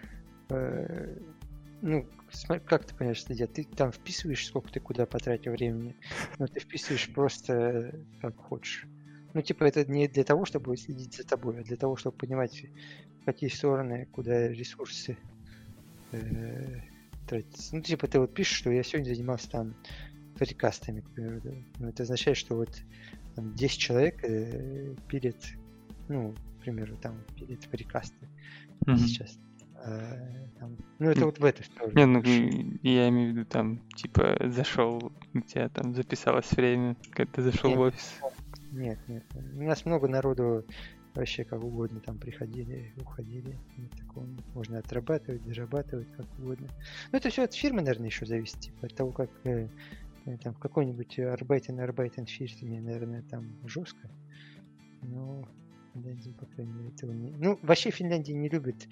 ну, как ты понимаешь, следят? Ты там вписываешь, сколько ты куда потратил времени, но ты вписываешь просто как хочешь. Ну, типа, это не для того, чтобы следить за тобой, а для того, чтобы понимать, в какие стороны, куда ресурсы тратятся. Ну, типа, ты вот пишешь, что я сегодня занимался там фрикастами, к примеру, да? Ну, это означает, что вот там 10 человек пилят, ну, к примеру, там пилят фрикасты сейчас. Там, ну, это вот в эту сторону. Не, ну, я имею в виду, там, типа, зашел, у тебя там записалось время, когда ты зашел в офис. Нет. У нас много народу вообще как угодно там приходили, уходили. Нет такого. Можно отрабатывать, зарабатывать как угодно. Но это все от фирмы, наверное, еще зависит. Типа от того, как там в какой-нибудь Arbeiten фирме, наверное, там жестко. Но в Финляндии, по крайней мере, этого не... Ну, вообще Финляндия не любит.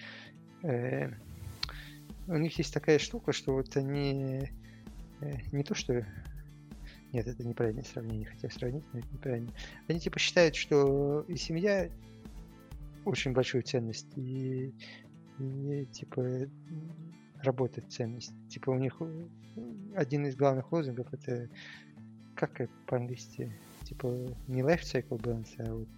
У них есть такая штука, что вот они не то, что... Нет, это неправильное сравнение, хотел сравнить, но это неправильно. Они типа считают, что и семья очень большую ценность, и типа работа ценность. Типа у них один из главных лозунгов это как по-английски, типа не life cycle balance, а вот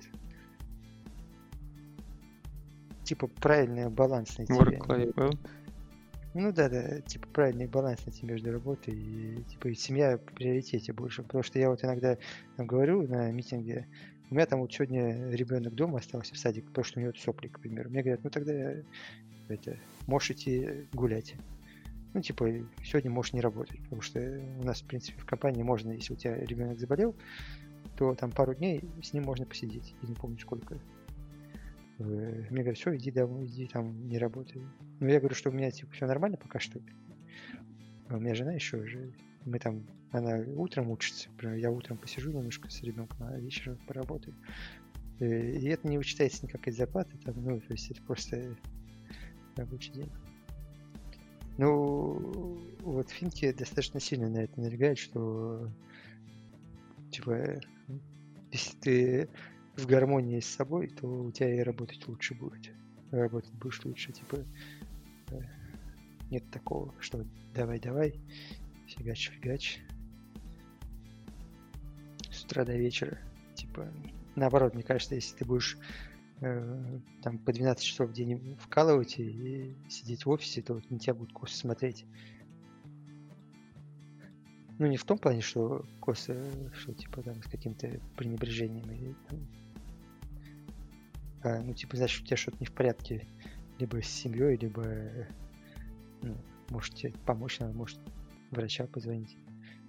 типа правильный баланс найти. Work-life balance. Ну да, типа правильный баланс найти между работой и типа и семья в приоритете больше. Потому что я вот иногда там говорю на митинге, у меня там вот сегодня ребенок дома остался в садик, потому что у него сопли, к примеру. Мне говорят, ну тогда можешь идти гулять. Ну, типа, сегодня можешь не работать, потому что у нас, в принципе, в компании можно, если у тебя ребенок заболел, то там пару дней с ним можно посидеть. Я не помню сколько. Мне говорят, все, иди домой, иди там не работай. Ну, я говорю, что у меня типа все нормально пока что. А у меня жена еще же, мы там, она утром учится, например, я утром посижу немножко с ребенком, а вечером поработаю. И это не вычитается никак из зарплаты, там, ну, то есть это просто рабочий день. Ну, вот финки достаточно сильно на это налегают, что типа, если ты в гармонии с собой, то у тебя и работать лучше будет. Работать будешь лучше, типа нет такого, что давай, фигач. С утра до вечера. Типа, наоборот, мне кажется, если ты будешь там по 12 часов в день вкалывать и сидеть в офисе, то на тебя будут косо смотреть. Ну, не в том плане, что косо, что типа там с каким-то пренебрежением или там, ну, типа, значит, у тебя что-то не в порядке либо с семьей, либо ну, может тебе помочь, надо, может врача позвонить.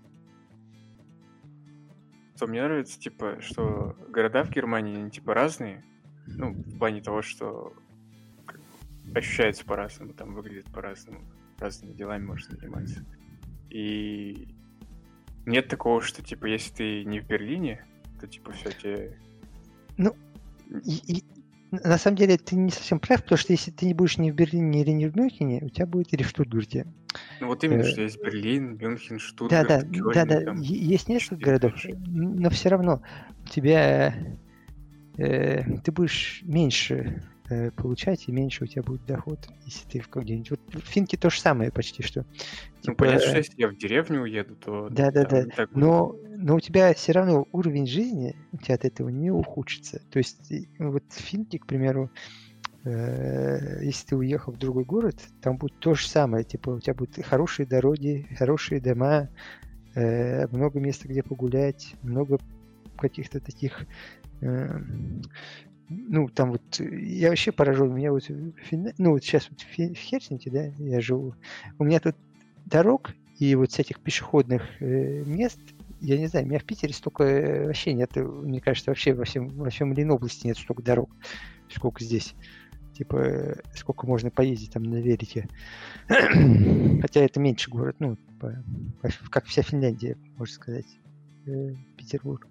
Мне нравится, типа, что города в Германии, они, типа, разные. Ну, в плане того, что как бы, ощущается по-разному, там выглядит по-разному, разными делами можно заниматься. И нет такого, что, типа, если ты не в Берлине, то, типа, все тебе... Ну, На самом деле ты не совсем прав, потому что если ты не будешь ни в Берлине, ни в Мюнхене, у тебя будет или в Штутгарте. Ну вот именно, что есть Берлин, Мюнхен, Да, Штутгарт, Кёльн, там есть несколько 4 городов, больших. но все равно у тебя ты будешь меньше получать, и меньше у тебя будет доход, если ты где-нибудь. Вот в Финке то же самое почти что. Ну, понятно, что если я в деревню уеду, то Да, там не так будет. но у тебя все равно уровень жизни у тебя от этого не ухудшится. То есть вот в Финке, к примеру, если ты уехал в другой город, там будет то же самое. Типа у тебя будут хорошие дороги, хорошие дома, много места, где погулять, много каких-то таких... ну, там вот я вообще поражен. У меня вот, ну, вот сейчас вот в Хельсинки, да, я живу. У меня тут дорог и вот всяких пешеходных мест, я не знаю, у меня в Питере столько вообще нет, мне кажется, вообще во всем Ленобласти нет столько дорог, сколько здесь. Типа, сколько можно поездить там на велике. Хотя это меньше город, ну, как вся Финляндия, можно сказать, Петербург.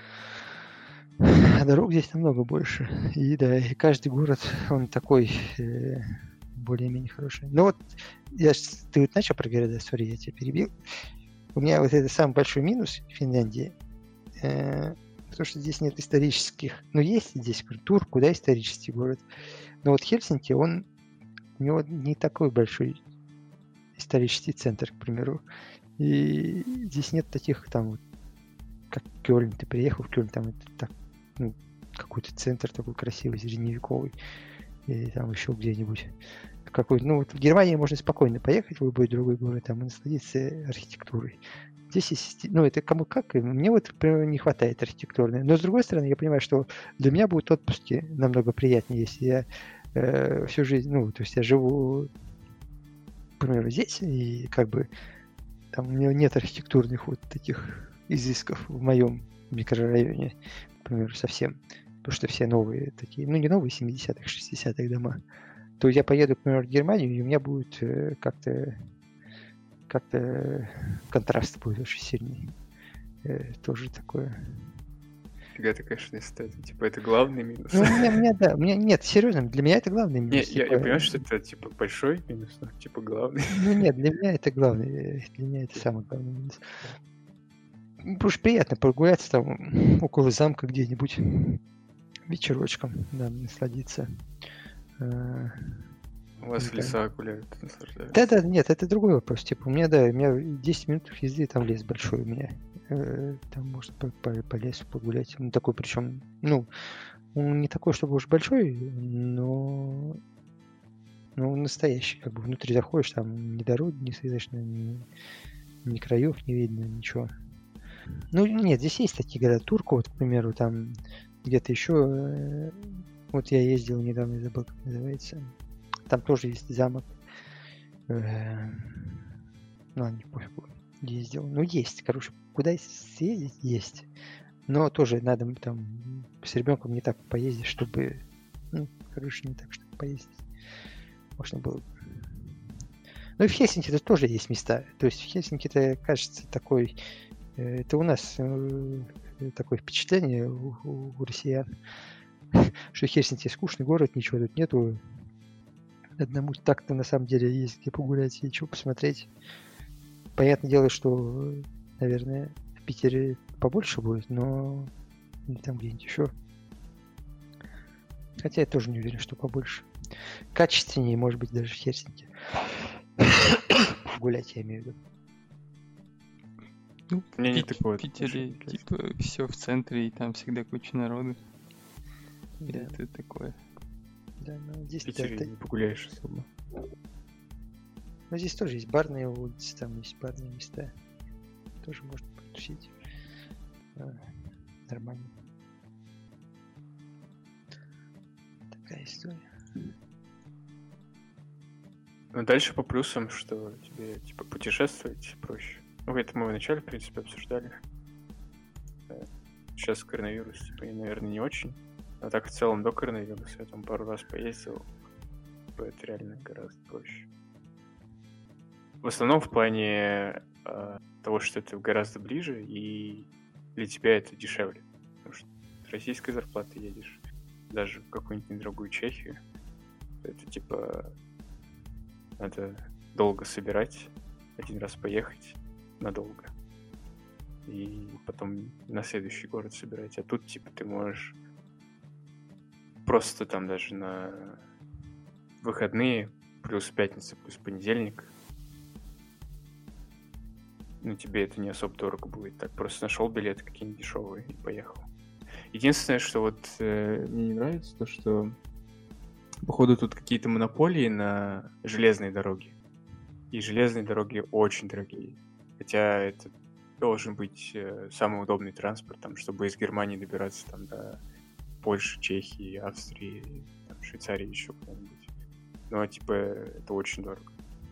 А дорог здесь намного больше. И да, и каждый город, он такой более-менее хороший. Ну вот, ты вот начал про города, сори, я тебя перебил. У меня вот это самый большой минус Финляндии, потому что здесь нет исторических... Ну, есть здесь Турку, да, исторический город. Но вот Хельсинки, у него не такой большой исторический центр, к примеру. И здесь нет таких там, вот, как Кёльн. Ты приехал в Кёльн, там это так, ну, какой-то центр такой красивый, средневековый. Или там еще где-нибудь. Какой-то, ну, вот в Германии можно спокойно поехать в любой другой город там и насладиться архитектурой. Здесь есть, ну, это кому как, и мне вот, например, не хватает архитектурной. Но, с другой стороны, я понимаю, что для меня будут отпуски намного приятнее, если я всю жизнь, ну, то есть я живу, к примеру, здесь, и как бы там у меня нет архитектурных вот таких изысков в моем микрорайоне, к примеру, совсем. Потому что все новые такие, ну, не новые 70-х, 60-х дома. То я поеду, к примеру, в Германию, и у меня будет как-то контраст будет очень сильный. Тоже такое. Фига ты, конечно, если это, типа, это главный минус. Ну, у меня нет, серьезно, для меня это главный минус. Не, я понимаю, что это, типа, большой минус, но, типа, главный. Ну, нет, для меня это главный, для меня это самый главный минус. Потому что приятно прогуляться там около замка где-нибудь вечерочком, да, насладиться. У вас в леса гуляют, наслаждаются. Да, нет, это другой вопрос. Типа, у меня 10 минут езды, там лес большой у меня. Там можно по лесу погулять. Ну, такой, причем, ну, он не такой, чтобы уж большой, но настоящий. Как бы внутри заходишь, там ни дороги не слышно, ни краев не видно, ничего. Ну, нет, здесь есть такие города. Турку, вот, к примеру, там где-то еще... Вот я ездил недавно, забыл, как называется. Там тоже есть замок. Ну, не пофигу. Ездил. Ну, есть, короче, куда съездить, есть. Но тоже надо там с ребенком не так поездить, чтобы... Ну, короче, не так, чтобы поездить. Можно было... Ну, и в Хельсинки-то тоже есть места. То есть в Хельсинки-то, кажется, такой... Это у нас такое впечатление у россиян, что Хельсинки скучный город, ничего тут нету. Одному так-то на самом деле есть где погулять и что посмотреть. Понятное дело, что, наверное, в Питере побольше будет, но или там где-нибудь еще. Хотя я тоже не уверен, что побольше. Качественнее, может быть, даже в Хельсинки. Гулять, я имею в виду. Ну, Мне не такое. В Питере, типа, все в центре, и там всегда куча народу. Да. Это такое. Да, но здесь... В Питере не погуляешь особо. Но здесь тоже есть барные улицы, там есть барные места. Тоже можно потусить. Нормально. Такая история. Ну, дальше по плюсам, что тебе, типа, путешествовать проще. Ну, это мы вначале, в принципе, обсуждали. Сейчас коронавирус, типа, наверное, не очень. А так, в целом, до коронавируса я там пару раз поездил. Это реально гораздо проще. В основном в плане того, что это гораздо ближе, и для тебя это дешевле. Потому что с российской зарплаты едешь даже в какую-нибудь недорогую Чехию, это типа надо долго собирать, один раз поехать надолго, и потом на следующий город собирать. А тут типа ты можешь просто там даже на выходные, плюс пятница, плюс понедельник, ну, тебе это не особо дорого будет. Так просто нашел билеты какие-нибудь дешевые и поехал. Единственное, что вот мне не нравится, то что походу тут какие-то монополии на железные дороги. И железные дороги очень дорогие. Хотя это должен быть самый удобный транспорт, там, чтобы из Германии добираться там, до Польши, Чехии, Австрии, там, Швейцарии, еще куда-нибудь. Но, типа, это очень дорого.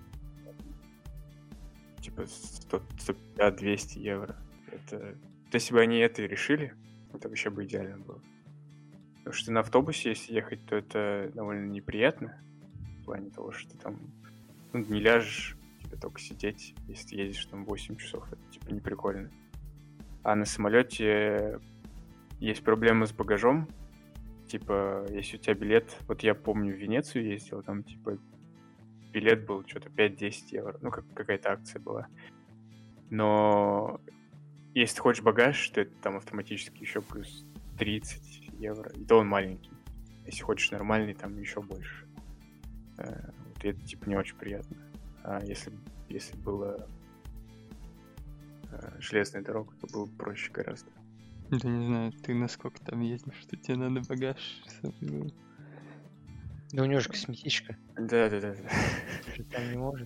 Типа 150-200 евро. Это... Если бы они это и решили, это вообще бы идеально было. Потому что на автобусе, если ехать, то это довольно неприятно. В плане того, что ты там не ляжешь, тебе только сидеть. Если ты едешь там 8 часов, это типа не прикольно. А на самолете есть проблемы с багажом. Типа, если у тебя билет... Вот я помню, в Венецию ездил, там типа билет был что-то 5-10 евро. Ну, какая-то акция была. Но если ты хочешь багаж, то это там автоматически еще плюс 30 евро. И то он маленький. Если хочешь нормальный, там еще больше. Вот это типа не очень приятно. А если было железная дорога, то было бы проще гораздо. Да не знаю, ты насколько там ездишь, что тебе надо багаж с собой был. Да у него же косметичка. Да. Же там не может.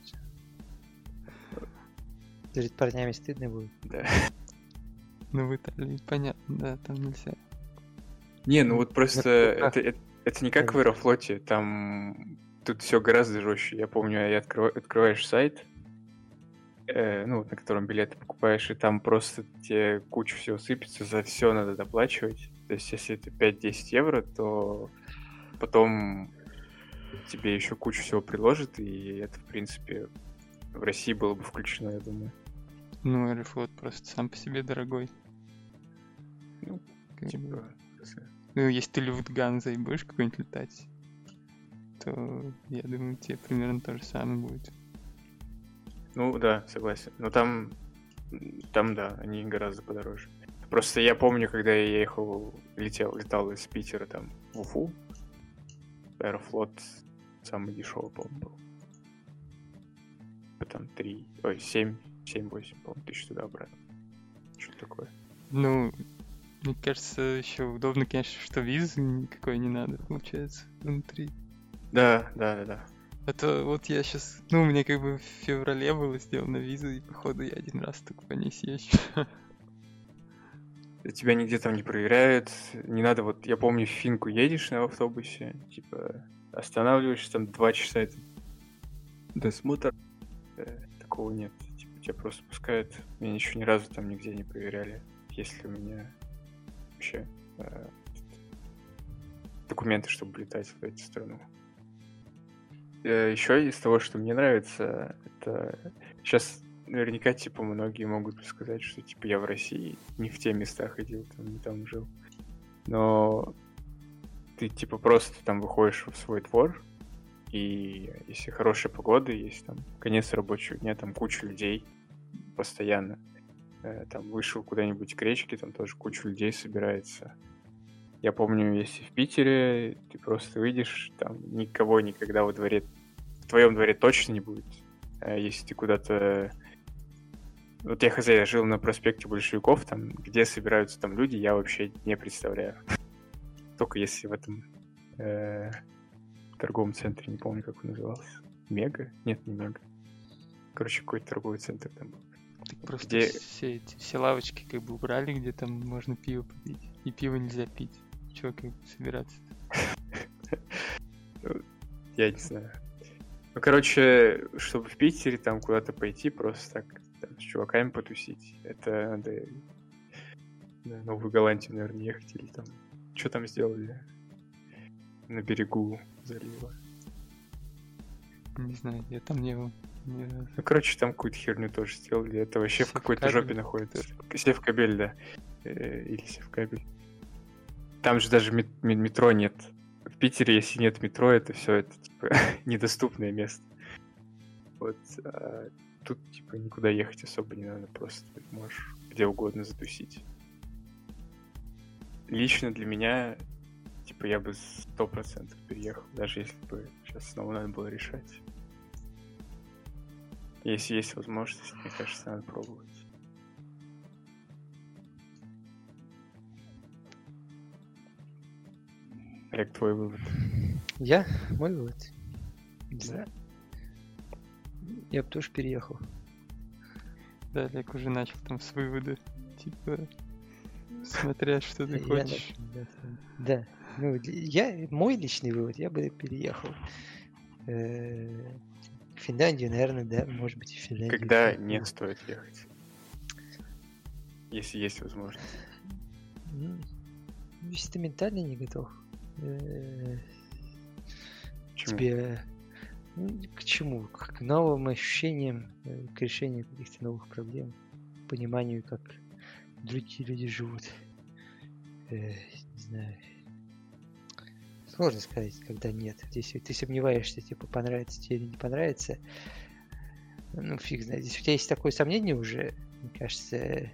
Перед парнями стыдно будет. Да. Ну, в Италии, понятно, да, там нельзя. Не, ну вот просто это не как в Аэрофлоте, там тут все гораздо жестче. Я помню, открываешь сайт, ну, на котором билеты покупаешь, и там просто тебе куча всего сыпется, за все надо доплачивать. То есть, если это 5-10 евро, то потом тебе еще кучу всего приложат, и это, в принципе, в России было бы включено, я думаю. Ну, Аэрофлот просто сам по себе дорогой. Ну, типа... Ну, если ты Люфтганза и будешь какой-нибудь летать, то, я думаю, тебе примерно то же самое будет. Ну, да, согласен. Но там, да, они гораздо подороже. Просто я помню, когда я летал из Питера там в Уфу, Аэрофлот самый дешевый, по-моему, был. Там 7-8, по-моему, тысяч туда-обратно. Что-то такое. Ну, мне кажется, еще удобно, конечно, что визы никакой не надо, получается, внутри. Да. А то вот я сейчас... Ну, у меня как бы в феврале было сделана виза, и походу я один раз только по ней съезжу. Тебя нигде там не проверяют, не надо, вот я помню, в Финку едешь на автобусе, типа останавливаешься, там 2 часа это досмотр, такого нет, типа тебя просто пускают, меня еще ни разу там нигде не проверяли, если у меня вообще документы, чтобы летать в эту страну. Еще из того, что мне нравится, это сейчас наверняка, типа, многие могут сказать, что, типа, я в России не в те места ходил, там, не там жил. Но ты, типа, просто там выходишь в свой двор, и если хорошая погода, если там конец рабочего дня, там куча людей постоянно. Там вышел куда-нибудь к речке, там тоже куча людей собирается. Я помню, если в Питере ты просто выйдешь, там никого никогда в твоем дворе точно не будет. А если ты куда-то... Вот я жил на проспекте Большевиков, там, где собираются там люди, я вообще не представляю. Только если в этом торговом центре, не помню, как он назывался. Мега? Нет, не Мега. Короче, какой-то торговый центр там был. Так просто все лавочки как бы убрали, где там можно пиво попить. И пиво нельзя пить. Чего как бы собираться? Я не знаю. Ну, короче, чтобы в Питере там куда-то пойти, просто так там, с чуваками потусить, это надо на Новую Голландию, наверное, ехать или там... Что там сделали на берегу залива? Не знаю, я там не был. Ну, короче, там какую-то херню тоже сделали. Это вообще в какой-то жопе находится. Севкабель, да. Или Севкабель. там же даже метро нет. В Питере, если нет метро, это все это типа недоступное место. Вот тут типа никуда ехать особо не надо, просто ты можешь где угодно затусить. Лично для меня, типа, я бы 100% переехал, даже если бы сейчас снова надо было решать. Если есть возможность, мне кажется, надо пробовать. Олег, твой вывод? Мой вывод? Не знаю. Я бы тоже переехал. Да, Олег уже начал там с вывода. Типа, смотря что ты хочешь. Да. Ну, мой личный вывод, я бы переехал. В Финляндию, наверное, да, может быть, и в Финляндию. Когда не стоит ехать? Если есть возможность. Если ты ментально не готов. Почему? Тебе к чему? К новым ощущениям, к решению каких-то новых проблем, к пониманию, как другие люди живут. Не знаю. Сложно сказать, когда нет. Если ты сомневаешься, типа, понравится тебе или не понравится, ну, фиг знает. Если у тебя есть такое сомнение уже, мне кажется...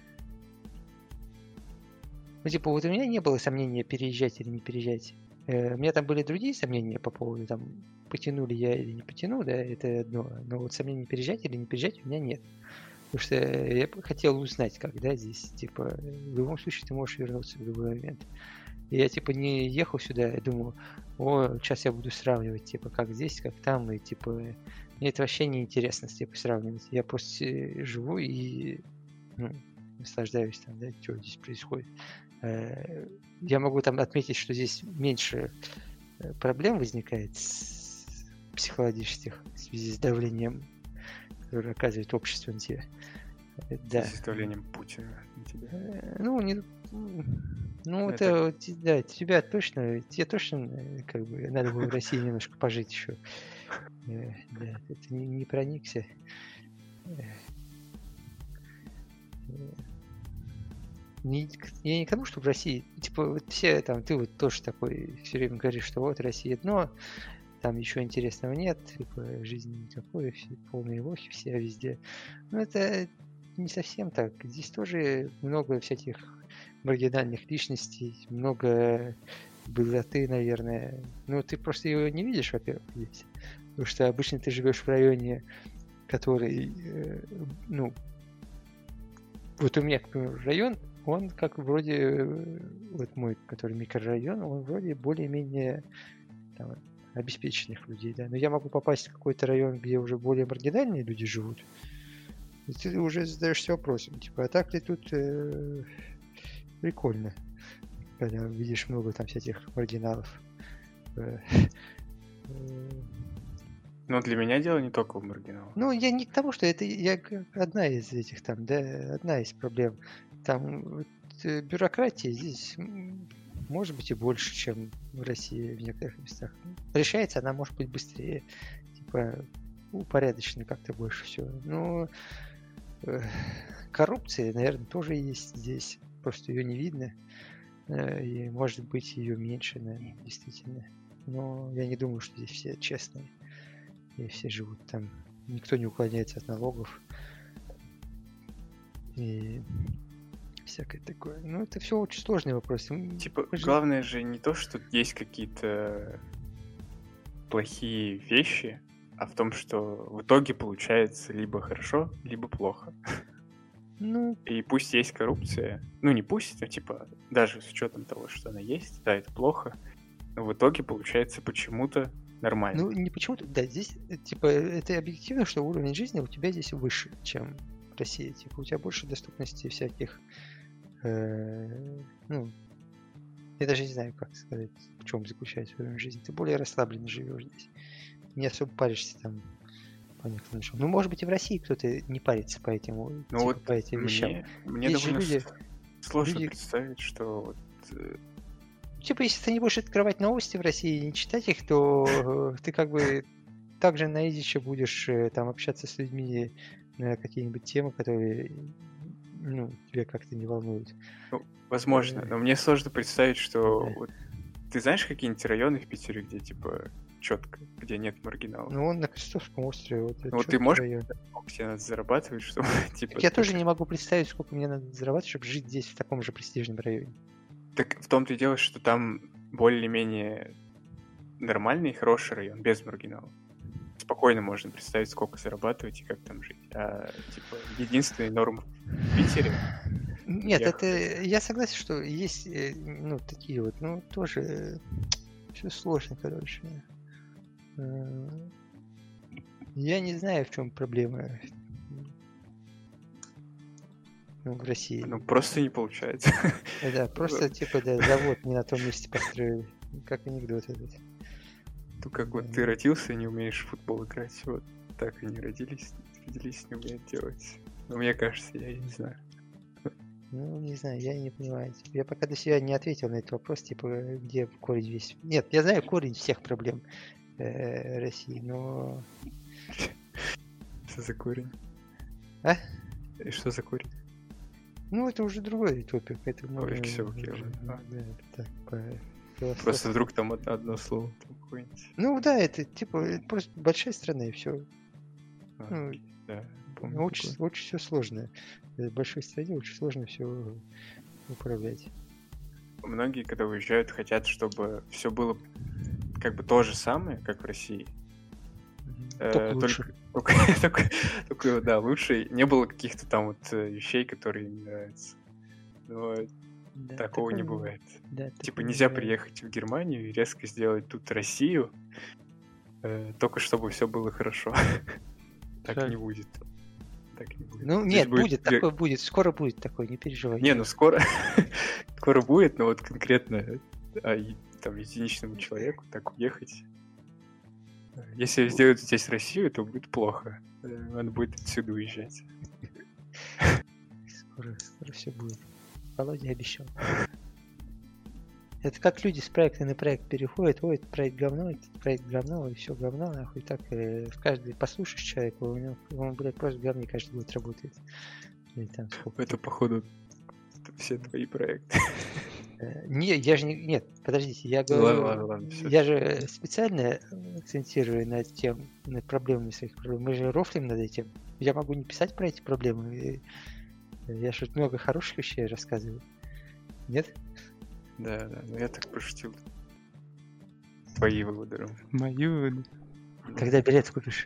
Ну, типа, вот у меня не было сомнения, переезжать или не переезжать. У меня там были другие сомнения по поводу, там, потяну ли я или не потяну, да, это одно. Но вот сомнений, переезжать или не переезжать, у меня нет. Потому что я хотел узнать, когда здесь, типа, в любом случае ты можешь вернуться в любой момент. И я, типа, не ехал сюда, я думал, сейчас я буду сравнивать, типа, как здесь, как там, и, типа, мне это вообще не интересно, типа, сравнивать. Я просто живу и, наслаждаюсь там, да, что здесь происходит. Я могу там отметить, что здесь меньше проблем возникает психологических в связи с давлением, которое оказывает общество на тебя. Да. С давлением Путина на тебя. Это да, тебе точно, как бы надо было в России немножко пожить еще. Да, это не проникся. Я не к тому, что в России, типа, вот все там, ты вот тоже такой все время говоришь, что вот Россия дно, там ничего интересного нет, типа, жизни никакой, все полные лохи, все везде. Но это не совсем так. Здесь тоже много всяких маргинальных личностей, много былоты, наверное. Ну, ты просто его не видишь, во-первых, здесь. Потому что обычно ты живешь в районе, который, вот у меня, например, район, он как вроде, вот мой, который микрорайон, он вроде более-менее там, обеспеченных людей, да. Но я могу попасть в какой-то район, где уже более маргинальные люди живут, и ты уже задаешься вопросом, типа, а так ли тут прикольно, когда видишь много там всяких маргиналов. Но для меня дело не только в маргиналах. Ну, я не к тому, что это одна из этих там, да, одна из проблем. Там вот, бюрократия здесь может быть и больше, чем в России в некоторых местах. Решается она может быть быстрее, типа упорядочено как-то больше всего. Но коррупция, наверное, тоже есть здесь, просто ее не видно. И может быть ее меньше, наверное, действительно. Но я не думаю, что здесь все честные. И все живут там. Никто не уклоняется от налогов. И всякое такое. Ну, это все очень сложный вопрос. Типа, главное же не то, что есть какие-то плохие вещи, а в том, что в итоге получается либо хорошо, либо плохо. Ну, и пусть есть коррупция, ну не пусть, но типа даже с учетом того, что она есть, да, это плохо, но в итоге получается почему-то нормально. Ну, не почему-то, да, здесь, типа, это объективно, что уровень жизни у тебя здесь выше, чем в России. Типа, у тебя больше доступности всяких, ну, я даже не знаю, как сказать, в чем заключается уровень жизни. Ты более расслабленно живешь здесь. Не особо паришься там по некоторым вещам. Ну, может быть, и в России кто-то не парится по этим, ну, типа, вот по этим вещам. Мне Есть довольно люди, сложно представить, что вот... Типа, если ты не будешь открывать новости в России и не читать их, то ты как бы также на изиче будешь там общаться с людьми на какие-нибудь темы, которые ну, тебя как-то не волнует. Ну, возможно, но мне сложно представить, что Да. вот ты знаешь какие-нибудь районы в Питере, где типа четко, где нет маргиналов? Ну, он на Крестовском острове, вот это Ну, вот ты чёткий можешь район. сколько тебе надо зарабатывать, чтобы типа Так я тоже только- не могу представить, сколько мне надо зарабатывать, чтобы жить здесь, в таком же престижном районе. Так в том-то и дело, что там более-менее нормальный и хороший район, без маргиналов. Спокойно можно представить, сколько зарабатывать и как там жить. А типа единственный норм в Питере. Нет, ехать. это я согласен, что есть, ну, такие вот, ну, тоже все сложно, короче. Э, Я не знаю, в чем проблема, ну, в России. Ну, просто не получается. Да, просто, типа, да, завод не на том месте построили. Как анекдот этот. Ну, как вот ты родился и не умеешь в футбол играть, вот так и не родились, не умеют делать. Но мне кажется, я не знаю. Ну, не знаю, я не понимаю. Типа, я пока до себя не ответил на этот вопрос, типа, где корень весь. Нет, я знаю корень всех проблем России, но... Что за корень? А? И что за корень? Ну, это уже другой топик. Это можно... всё, окей, уже, ладно. да, так, по философии. Просто вдруг там одно слово там какое-нибудь. Ну, да, это, типа, это просто большая страна, и все. А, Ну, окей, да, помню Очень, такое. очень все сложно. В большой стране очень сложно все управлять. Многие, когда уезжают, хотят, чтобы все было как бы то же самое, как в России. Только лучше. Только, да, лучше. Не было каких-то там вот вещей, которые им не нравятся. Но Да, такого не бывает. Да, Типа такого нельзя не приехать в Германию и резко сделать тут Россию, только чтобы все было хорошо. Так Жаль. не будет. Так не будет. Ну, Здесь нет, будет, Гер- такое будет. Скоро будет такое, не переживай. Не, ну скоро скоро будет, но вот конкретно там единичному человеку так уехать. Если сделают здесь Россию, то будет плохо. Надо будет отсюда уезжать. Скоро все будет. Володя обещал. Это как люди с проекта на проект переходят, ой, этот проект говно, и все говно, нахуй. Так в каждый послушаешь человека, у него, он, блядь, просто в говне каждый год работает. Или там сколько. Это, походу, все твои проекты. Не, я же не... Нет, подождите, я Ну, говорю... ладно, всё. Я же специально акцентирую на тем, на проблемами своих проблем. Мы же рофлим над этим. Я могу не писать про эти проблемы. Я же много хороших вещей рассказываю. Нет? Да, ну я так пошутил. Твои выводы, Ром. Мои выводы. Когда билет купишь?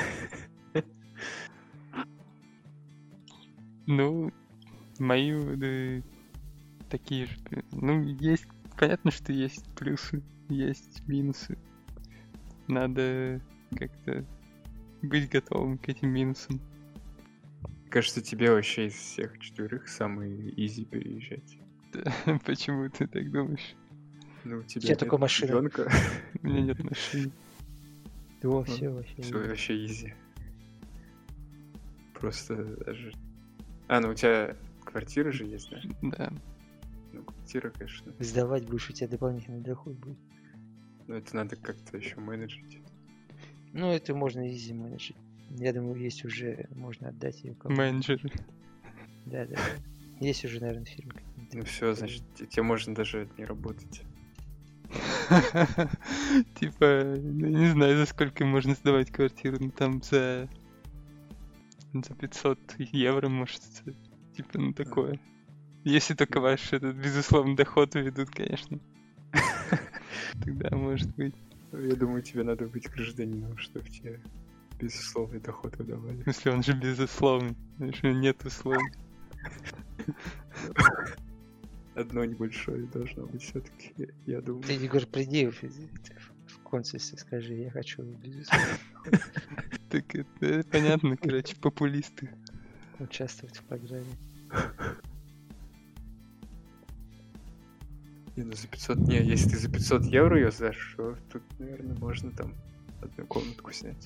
Ну, мои выводы такие же. Ну, есть, понятно, что есть плюсы, есть минусы. Надо как-то быть готовым к этим минусам. Кажется, тебе вообще из всех четверых самый изи переезжать. Почему ты так думаешь? Ну, у тебя тебя только нет машина. ребёнка. У меня нет машины. О, все вообще. Все вообще изи. Просто даже... А, ну у тебя квартира же есть, да? Да. Ну, квартира, конечно. Сдавать будешь, у тебя дополнительный доход будет. Но это надо как-то еще менеджить. Ну, это можно изи менеджить. Я думаю, есть уже, можно отдать ее кому-то. Менеджеры. Да. Есть уже, наверное, фирмы какие-то. Ну все, значит, тебе можно даже не работать. Типа, ну, не знаю, за сколько можно сдавать квартиру, ну там за 500 евро, может, типа, ну такое. Если только ваш этот безусловный доход ведут, конечно. Тогда может быть. Я думаю, тебе надо быть гражданином, чтобы тебе безусловный доход В выдавали. смысле, он же безусловный. Знаешь, у него нет условий. Одно небольшое должно быть все-таки, я думаю. Ты, Егор, приди в консульстве, скажи, я хочу безусловно Так это понятно, короче, популисты. участвовать в программе. Не, ну за 500... Не, если ты за 500 евро ее сдашь, то тут, наверное, можно там одну комнатку снять.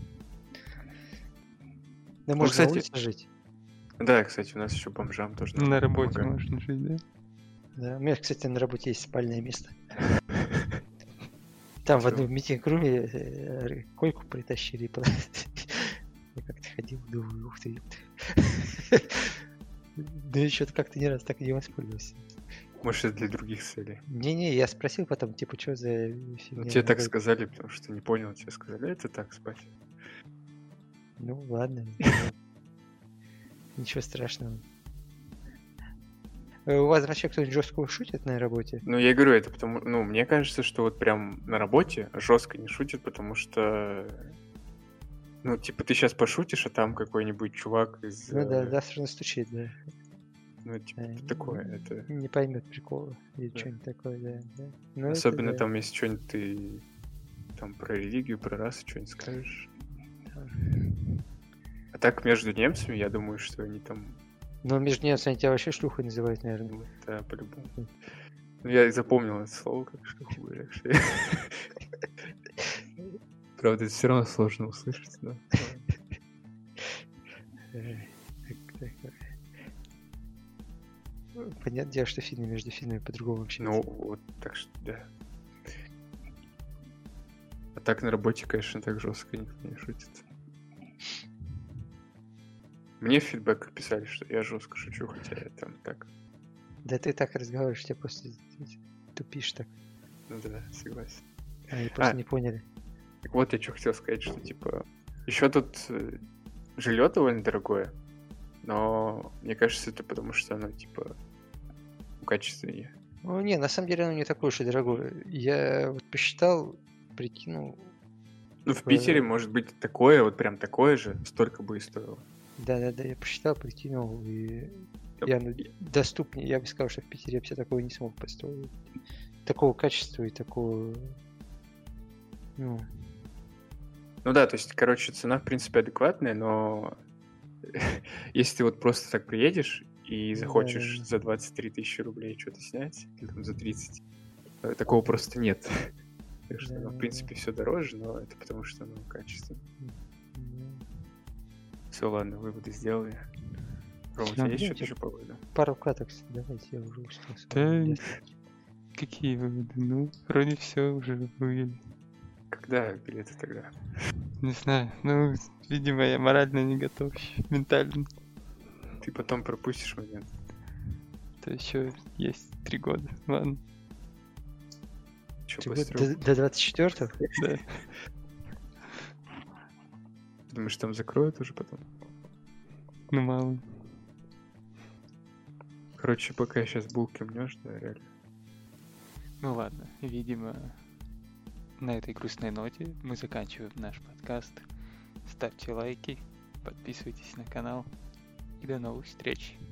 Да можно на кстати, улице жить. Да, кстати, у нас еще бомжам тоже надо На работе помогать. можно жить, да? Да. У меня, кстати, на работе есть спальное место. Там в одном митинг-руме койку притащили. Я как-то ходил, думаю, ух ты, ёпта. Да я что-то как-то ни раз так и не воспользовался. Может, это для других целей. Не-не, я спросил потом, типа, что за Ну, фигня. тебе так Она говорит, сказали, потому что не понял, тебе сказали, это так, спать. ну ладно, ничего страшного. У вас вообще кто-нибудь жестко шутит на работе? Ну, я и говорю, это потому... Ну, мне кажется, что вот прям на работе жестко не шутят, потому что... Ну, типа, ты сейчас пошутишь, а там какой-нибудь чувак из... Ну да, завтра настучит, да. Ну, типа, такое, это... Не поймет прикола или Да. что-нибудь такое, да. Да. Ну, это Особенно да. там, если что-нибудь ты там про религию, про расу что-нибудь скажешь. А так, между немцами, я думаю, что они там... Но между немцами тебя вообще шлюхой называют, наверное. Ну, да, по-любому. Ну, я и запомнил это слово, как шлюху говорят. Правда, это все равно сложно услышать, да. Понятное дело, что финны между финнами по-другому общаются. Ну, вот так что, да. А так на работе, конечно, так жестко никто не шутит. Мне в фидбэках писали, что я жестко шучу, хотя я там так... Да ты так разговариваешь, тебя просто тупишь так. Ну да, согласен. Они просто не поняли. Так вот, я что хотел сказать, что, типа, еще тут жилье довольно дорогое, но мне кажется, это потому что оно, типа, качественнее. Ну, не, на самом деле оно не такое уж и дорогое. Я вот посчитал, прикинул. Ну, в Питере, может быть, такое, вот прям такое же, столько бы и стоило. Да-да-да, я посчитал, прикинул, и Да, оно доступнее. Я бы сказал, что в Питере я бы себе такого не смог построить. Такого качества и такого... Ну, Ну да, то есть, короче, цена, в принципе, адекватная, но если ты вот просто так приедешь и захочешь Да-да-да. за 23 тысячи рублей что-то снять, или там за 30, такого просто нет. Так что, в принципе, все дороже, но это потому что оно качественно. Все, ладно, выводы сделали. Рома, у тебя есть что-то еще по выводу? Пару каток давайте, я уже устал. Да, какие выводы? Ну, вроде все уже вывели. Когда билеты тогда? Не знаю, ну, видимо, я морально не готов еще, ментально. Ты потом пропустишь момент. То еще есть 3 года, ладно. Че, Ты быстро? до 24-го? Да. Думаешь, там закроют уже потом? Ну, мало. Короче, пока сейчас булки мнешь, да, реально. Ну ладно, видимо, на этой грустной ноте мы заканчиваем наш подкаст. Ставьте лайки, подписывайтесь на канал и до новых встреч.